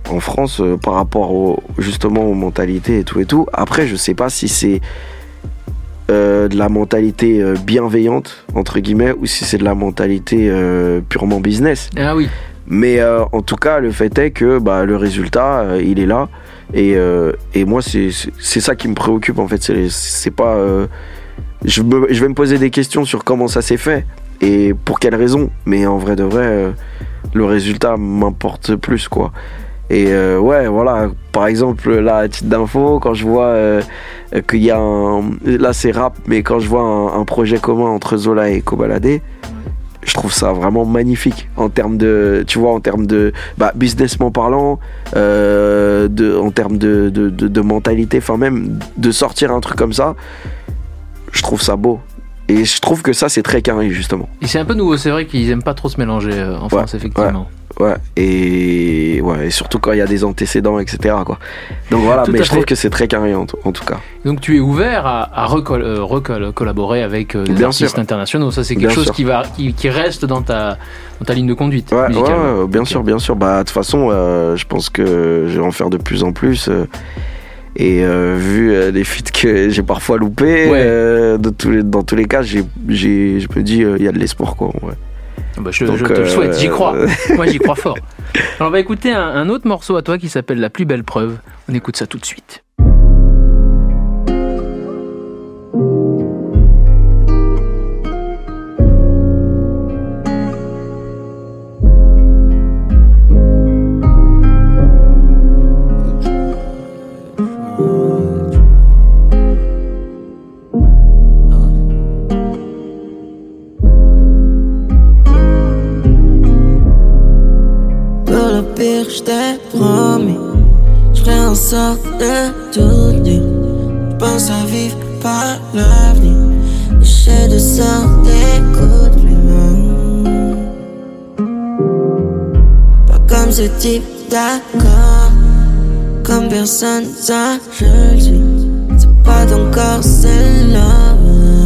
en France euh, par rapport au, justement aux mentalités et tout et tout. Après, je sais pas si c'est euh, de la mentalité euh, bienveillante entre guillemets ou si c'est de la mentalité euh, purement business. Ah oui. Mais euh, en tout cas, le fait est que bah, le résultat, euh, il est là. Et, euh, et moi, c'est, c'est, c'est ça qui me préoccupe, en fait. C'est, c'est pas... Euh, je, me, je vais me poser des questions sur comment ça s'est fait et pour quelles raisons. Mais en vrai de vrai, euh, le résultat m'importe plus, quoi. Et euh, ouais, voilà. Par exemple, là, à titre d'info, quand je vois euh, qu'il y a un... Là, c'est rap, mais quand je vois un, un projet commun entre Zola et Kobalade... Je trouve ça vraiment magnifique en termes de, tu vois, en termes de bah, businessment parlant, euh, de, en termes de, de, de, de mentalité, enfin même de sortir un truc comme ça, je trouve ça beau. Et je trouve que ça, c'est très carré, justement. Et c'est un peu nouveau, c'est vrai qu'ils aiment pas trop se mélanger euh, en ouais, France, effectivement. Ouais, ouais. Et, ouais, et surtout quand il y a des antécédents, et cetera, quoi. Donc voilà, tout mais je fait. trouve que c'est très carré en, en tout cas. Donc tu es ouvert à, à recol- euh, recol- collaborer avec euh, des Bien artistes sûr. internationaux. Ça, c'est quelque Bien chose sûr. qui, va, qui, qui reste dans ta, dans ta ligne de conduite. Ouais, musicale. ouais, ouais, bien Ok. sûr, bien sûr. Bah, de toute façon, euh, je pense que je vais en faire de plus en plus. Euh, et euh, vu euh, les feats que j'ai parfois loupés, Ouais. euh, de tous les, dans tous les cas, j'ai, j'ai, je me dis, il euh, y a de l'espoir, quoi. Ouais. Bah, je, Donc, je te le euh, souhaite, j'y crois. Moi, j'y crois fort. Alors, on va écouter un, un autre morceau à toi qui s'appelle La plus belle preuve. On écoute ça tout de suite. Pour le pire, je t'ai promis, je ferai en sorte de tout dire. Je pense à vivre par l'avenir, j'essaie de sortir d'écoute lui-même. Pas comme ce type d'accord, comme personne, ça je le suis. C'est pas ton corps, c'est l'homme.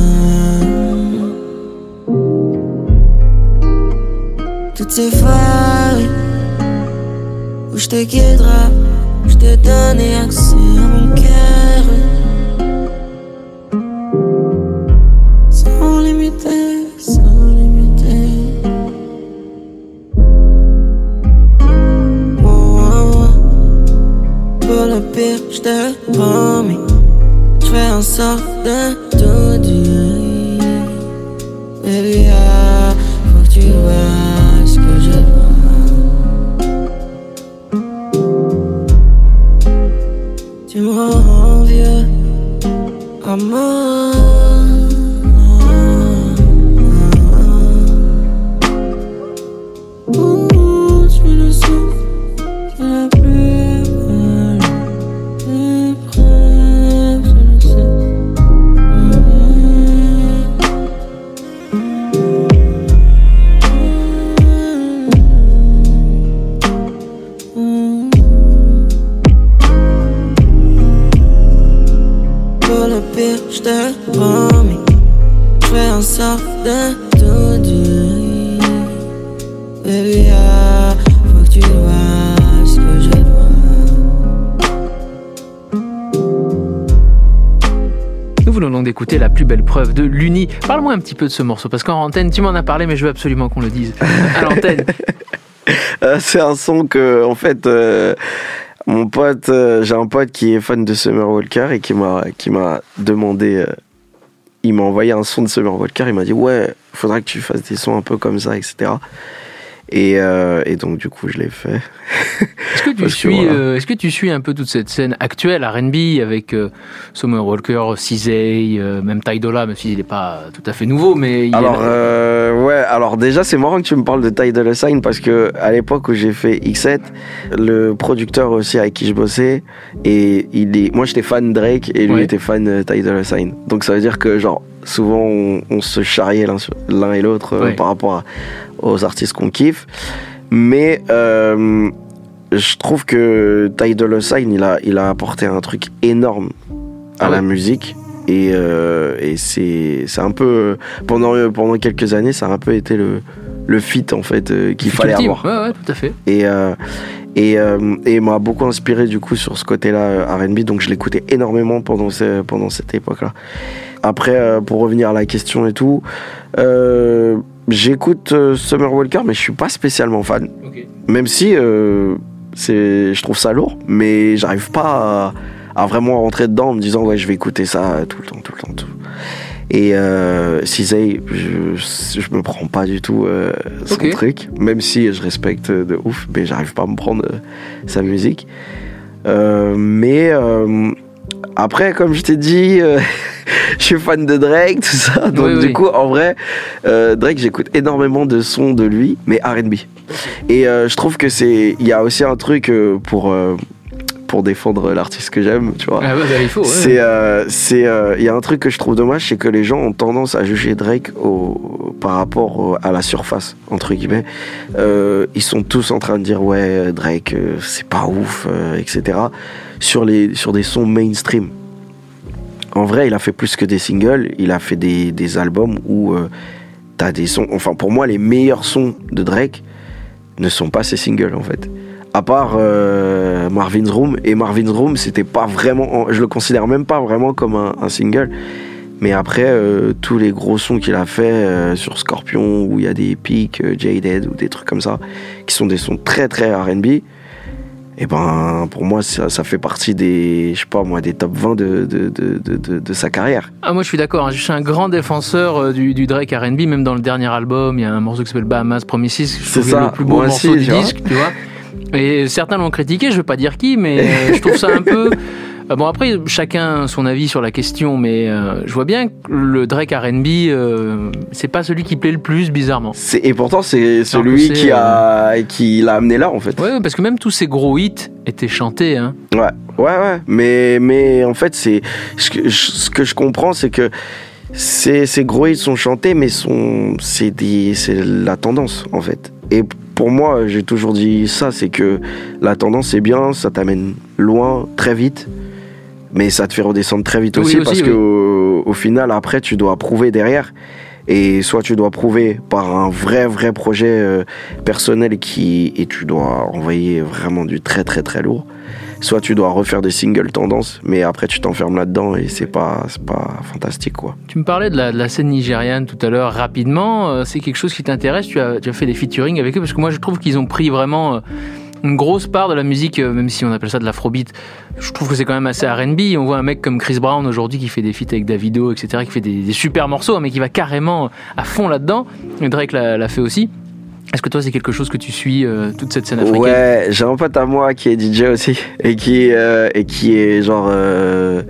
Toutes ces fois où je te guidera, je te donne accès à mon cœur. Sans limiter, sans limiter. Oh, oh, oh. Pour le pire, je te promis, je fais en sorte de tout dire. Baby, ah, faut que tu vois ce que je vois. Tu me rends vieux, amour. Ouh, tu le sens, c'est la plus belle épreuve, je le sais. Pour le pire, je te promis, je ferai en sorte de tout dire. Baby, ah, faut que tu vois ce que je vois. Nous venons donc d'écouter La plus belle preuve de l'Uni. Parle-moi un petit peu de ce morceau, parce qu'en antenne, tu m'en as parlé, mais je veux absolument qu'on le dise à l'antenne. Euh, c'est un son que, en fait, euh, mon pote, euh, j'ai un pote qui est fan de Summer Walker et qui m'a, qui m'a demandé, euh, il m'a envoyé un son de Summer Walker, il m'a dit ouais, faudra que tu fasses des sons un peu comme ça, et cetera. Et, euh, et donc du coup je l'ai fait. Est-ce que, tu Parce que suis, voilà. euh, est-ce que tu suis un peu toute cette scène actuelle R and B avec euh, Summer Walker, Cizay, euh, même Ty Dolla, même s'il n'est pas tout à fait nouveau, mais il y a- Alors euh, ouais, alors déjà c'est marrant que tu me parles de Ty Dolla Sign parce que à l'époque où j'ai fait X sept, le producteur aussi avec qui je bossais, et il est, moi j'étais fan Drake et lui Ouais. était fan euh, Ty Dolla Sign. Donc ça veut dire que genre souvent on, on se charriait l'un, sur- l'un et l'autre euh, Ouais. par rapport à- aux artistes qu'on kiffe. Mais euh, je trouve que Ty Dolla Sign il a, il a apporté un truc énorme à Ah ouais. la musique. Et, euh, et c'est, c'est un peu pendant, pendant quelques années ça a un peu été le, le feat en fait euh, qu'il Feat fallait ultime. avoir. Ouais, ouais, tout à fait. Et, euh, Et, euh, et m'a beaucoup inspiré du coup sur ce côté-là R and B, donc je l'écoutais énormément pendant, ce, pendant cette époque-là. Après, euh, pour revenir à la question et tout, euh, j'écoute euh, Summer Walker, mais je suis pas spécialement fan. Okay. Même si euh, c'est, je trouve ça lourd, mais j'arrive pas à, à vraiment rentrer dedans en me disant ouais, je vais écouter ça tout le temps, tout le temps, tout. Et euh, Cizay, je, je me prends pas du tout euh, son okay. truc, même si je respecte de ouf, mais j'arrive pas à me prendre euh, sa musique. Euh, mais euh, après, comme je t'ai dit, euh, je suis fan de Drake, tout ça. Donc oui, du oui. coup, en vrai, euh, Drake, j'écoute énormément de sons de lui, mais R and B. Et euh, je trouve que c'est, il y a aussi un truc euh, pour euh, pour défendre l'artiste que j'aime, tu vois. Ah ouais, bah, il faut. Ouais. C'est, euh, c'est, il euh, y a un truc que je trouve dommage, c'est que les gens ont tendance à juger Drake au, par rapport au, à la surface, entre guillemets. Euh, ils sont tous en train de dire ouais, Drake, euh, c'est pas ouf, euh, et cetera. Sur les, sur des sons mainstream. En vrai, il a fait plus que des singles. Il a fait des, des albums où euh, t'as des sons. Enfin, pour moi, les meilleurs sons de Drake ne sont pas ses singles, en fait. À part euh, Marvin's Room, et Marvin's Room, c'était pas vraiment, je le considère même pas vraiment comme un, un single, mais après euh, tous les gros sons qu'il a fait euh, sur Scorpion, où il y a des pics, euh, Jaded ou des trucs comme ça, qui sont des sons très très R and B, et ben pour moi ça, ça fait partie des, je sais pas moi, des top vingt de, de, de, de, de, de sa carrière. Ah, moi je suis d'accord, hein. Je suis un grand défenseur euh, du, du Drake R and B, même dans le dernier album, il y a un morceau qui s'appelle Bahamas Promises, je trouve le plus beau moi morceau aussi, du disque, tu vois. Et certains l'ont critiqué, je veux pas dire qui, mais euh, je trouve ça un peu... Bon, après, chacun son avis sur la question, mais euh, je vois bien que le Drake R and B, euh, c'est pas celui qui plaît le plus, bizarrement. C'est, et pourtant, c'est celui c'est, qui, a, euh... qui l'a amené là, en fait. Ouais, parce que même tous ces gros hits étaient chantés. Hein. Ouais, ouais, ouais. Mais, mais en fait, c'est, ce, que, ce que je comprends, c'est que ces, ces gros hits sont chantés, mais sont, c'est, des, c'est la tendance, en fait. Et pour moi, j'ai toujours dit ça, c'est que la tendance, c'est bien, ça t'amène loin, très vite, mais ça te fait redescendre très vite aussi, oui, aussi parce oui. qu'au au final, après, tu dois prouver derrière. Et soit tu dois prouver par un vrai, vrai projet euh, personnel qui, et tu dois envoyer vraiment du très, très, très lourd. Soit tu dois refaire des singles tendances, mais après tu t'enfermes là-dedans et c'est pas, c'est pas fantastique, quoi. Tu me parlais de la, de la scène nigériane tout à l'heure, rapidement. Euh, c'est quelque chose qui t'intéresse? Tu as, tu as fait des featuring avec eux? Parce que moi je trouve qu'ils ont pris vraiment... Euh, une grosse part de la musique, même si on appelle ça de l'afrobeat, je trouve que c'est quand même assez R and B. On voit un mec comme Chris Brown aujourd'hui qui fait des feats avec Davido, et cetera, qui fait des, des super morceaux, mais qui va carrément à fond là-dedans. Et Drake l'a, l'a fait aussi. Est-ce que toi, c'est quelque chose que tu suis, euh, toute cette scène africaine? Ouais, j'ai un pote à moi qui est D J aussi, et qui, euh, et qui est genre... Euh,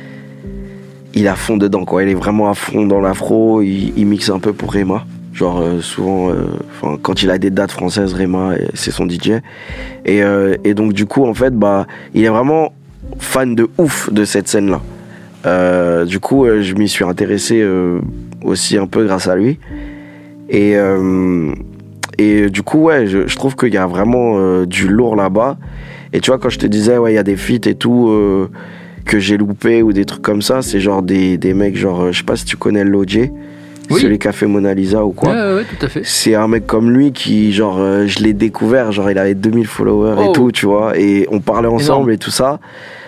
il est à fond dedans, quoi. Il est vraiment à fond dans l'afro, il, il mixe un peu pour Rema. Genre euh, souvent, euh, quand il a des dates françaises, Rema, c'est son D J. Et, euh, et donc du coup, en fait, bah, il est vraiment fan de ouf de cette scène-là. Euh, du coup, euh, je m'y suis intéressé euh, aussi un peu grâce à lui. Et, euh, et du coup, ouais, je, je trouve qu'il y a vraiment euh, du lourd là-bas. Et tu vois, quand je te disais, ouais, il y a des feats et tout euh, que j'ai loupé ou des trucs comme ça, c'est genre des, des mecs, genre, je sais pas si tu connais Lodje. Oui. Celui qui a fait Mona Lisa ou quoi. Ouais, ouais, tout à fait. C'est un mec comme lui qui, genre, euh, je l'ai découvert, genre, il avait deux mille followers oh. et tout, tu vois, et on parlait ensemble Énorme. Et tout ça.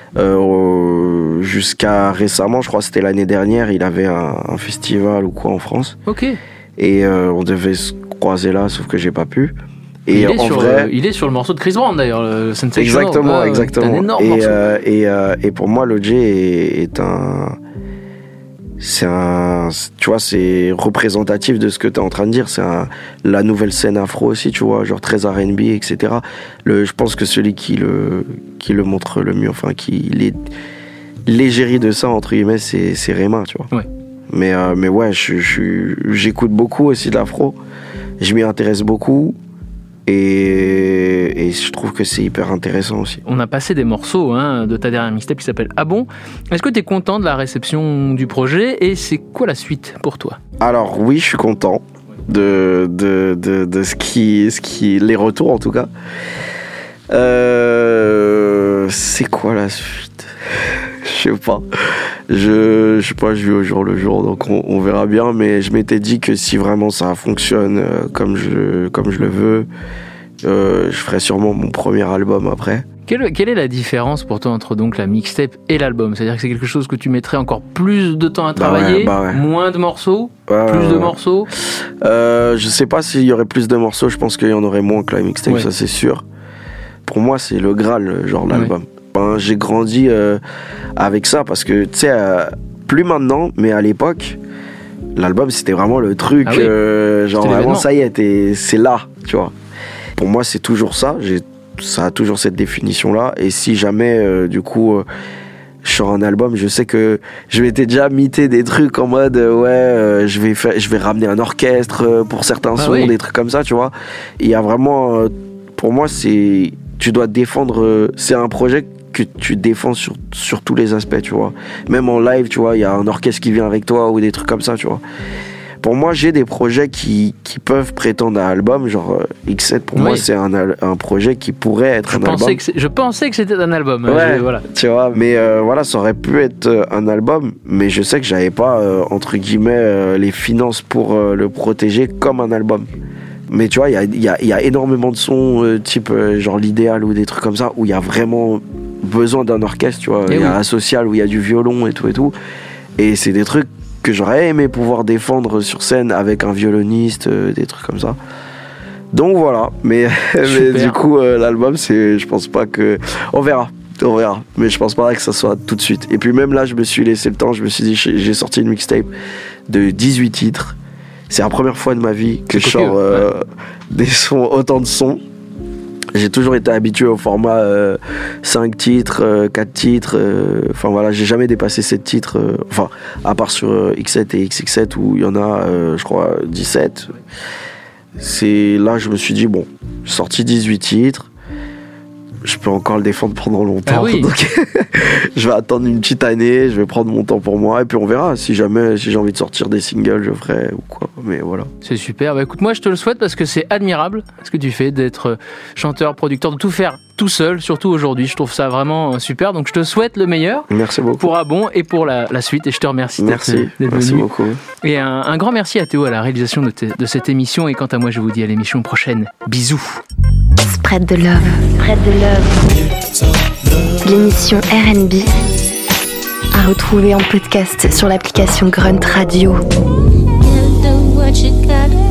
Euh, jusqu'à récemment, je crois que c'était l'année dernière, il avait un, un festival ou quoi en France. Ok. Et euh, on devait se croiser là, sauf que j'ai pas pu. Et il, est en sur, vrai, euh, il est sur le morceau de Chris Brown d'ailleurs, le Sensational. Exactement, ah, exactement. C'est un énorme et, morceau. Euh, et, euh, et pour moi, Lodje est, est un. C'est un, tu vois, c'est représentatif de ce que tu es en train de dire. C'est un, la nouvelle scène afro aussi, tu vois, genre très R and B, et cetera. Le, je pense que celui qui le, qui le montre le mieux, enfin, qui est l'égérie de ça, entre guillemets, c'est, c'est Rema, tu vois. Ouais. Mais, euh, mais ouais, je, je, j'écoute beaucoup aussi de l'afro. Je m'y intéresse beaucoup. Et, et je trouve que c'est hyper intéressant aussi. On a passé des morceaux hein, de ta dernière mixtape qui s'appelle Ah bon. Est-ce que tu es content de la réception du projet et c'est quoi la suite pour toi? Alors oui, je suis content de, de, de, de ce, qui, ce qui... les retours en tout cas. Euh, c'est quoi la suite? Je sais pas. Je, je sais pas, je vis au jour le jour, donc on, on verra bien. Mais je m'étais dit que si vraiment ça fonctionne euh, comme je, comme je le veux, Euh, je ferai sûrement mon premier album après. Quelle, quelle est la différence pour toi entre donc la mixtape et l'album ? C'est-à-dire que c'est quelque chose que tu mettrais encore plus de temps à travailler, bah ouais, bah ouais. moins de morceaux, euh, plus de morceaux euh, Je sais pas s'il y aurait plus de morceaux, je pense qu'il y en aurait moins que la mixtape, ouais. Ça c'est sûr. Pour moi c'est le Graal, genre l'album. Ouais. Ben, j'ai grandi euh, avec ça parce que tu sais, euh, plus maintenant, mais à l'époque, l'album c'était vraiment le truc, ah oui. euh, genre vraiment ça y est, t'es, c'est là, tu vois. Pour moi c'est toujours ça, j'ai ça a toujours cette définition-là. Et si jamais, euh, du coup, euh, je sors un album, je sais que je m'étais déjà mité des trucs en mode, euh, ouais, euh, je vais faire, je vais ramener un orchestre euh, pour certains ah sons, oui. Des trucs comme ça, tu vois. Il y a vraiment, euh, pour moi, c'est, tu dois défendre, euh, c'est un projet que tu défends sur, sur tous les aspects, tu vois. Même en live, tu vois, il y a un orchestre qui vient avec toi ou des trucs comme ça, tu vois. Pour moi, j'ai des projets qui, qui peuvent prétendre à un album, genre euh, X sept, pour oui. moi, c'est un, un projet qui pourrait être je un pensais album. Que je pensais que c'était un album. Ouais, je, voilà. Tu vois, mais euh, voilà, ça aurait pu être un album, mais je sais que j'avais pas, euh, entre guillemets, euh, les finances pour euh, le protéger comme un album. Mais tu vois, il y a, y, a, y a énormément de sons, euh, type euh, genre l'idéal ou des trucs comme ça, où il y a vraiment besoin d'un orchestre, tu vois. Il y a oui. un social où il y a du violon et tout et tout. Et c'est des trucs que j'aurais aimé pouvoir défendre sur scène avec un violoniste, euh, des trucs comme ça. Donc voilà, mais, mais du coup euh, l'album, c'est, je pense pas que, on verra, on verra, mais je pense pas que ça soit tout de suite. Et puis même là, je me suis laissé le temps, je me suis dit, j'ai sorti une mixtape de dix-huit titres. C'est la première fois de ma vie que c'est je sors euh, ouais. des sons, autant de sons. J'ai toujours été habitué au format euh, cinq titres, euh, quatre titres. Enfin euh, voilà, j'ai jamais dépassé sept titres. Enfin, euh, à part sur euh, X sept et X X sept où il y en a, euh, je crois, dix-sept. C'est là, je me suis dit, bon, j'ai sorti dix-huit titres. Je peux encore le défendre pendant longtemps. Ah oui. Donc, je vais attendre une petite année, je vais prendre mon temps pour moi et puis on verra. Si jamais si j'ai envie de sortir des singles, je ferai ou quoi. Mais voilà. C'est super. Bah écoute, moi je te le souhaite parce que c'est admirable ce que tu fais d'être chanteur, producteur, de tout faire tout seul, surtout aujourd'hui. Je trouve ça vraiment super. Donc je te souhaite le meilleur. Merci beaucoup. Pour Abon et pour la, la suite. Et je te remercie d'être, merci. d'être merci venu. beaucoup. Et un, un grand merci à Théo à la réalisation de, te, de cette émission. Et quant à moi, je vous dis à l'émission prochaine. Bisous. Spread the love. Spread the love. L'émission R and B à retrouver en podcast sur l'application Grunt Radio. What you gotta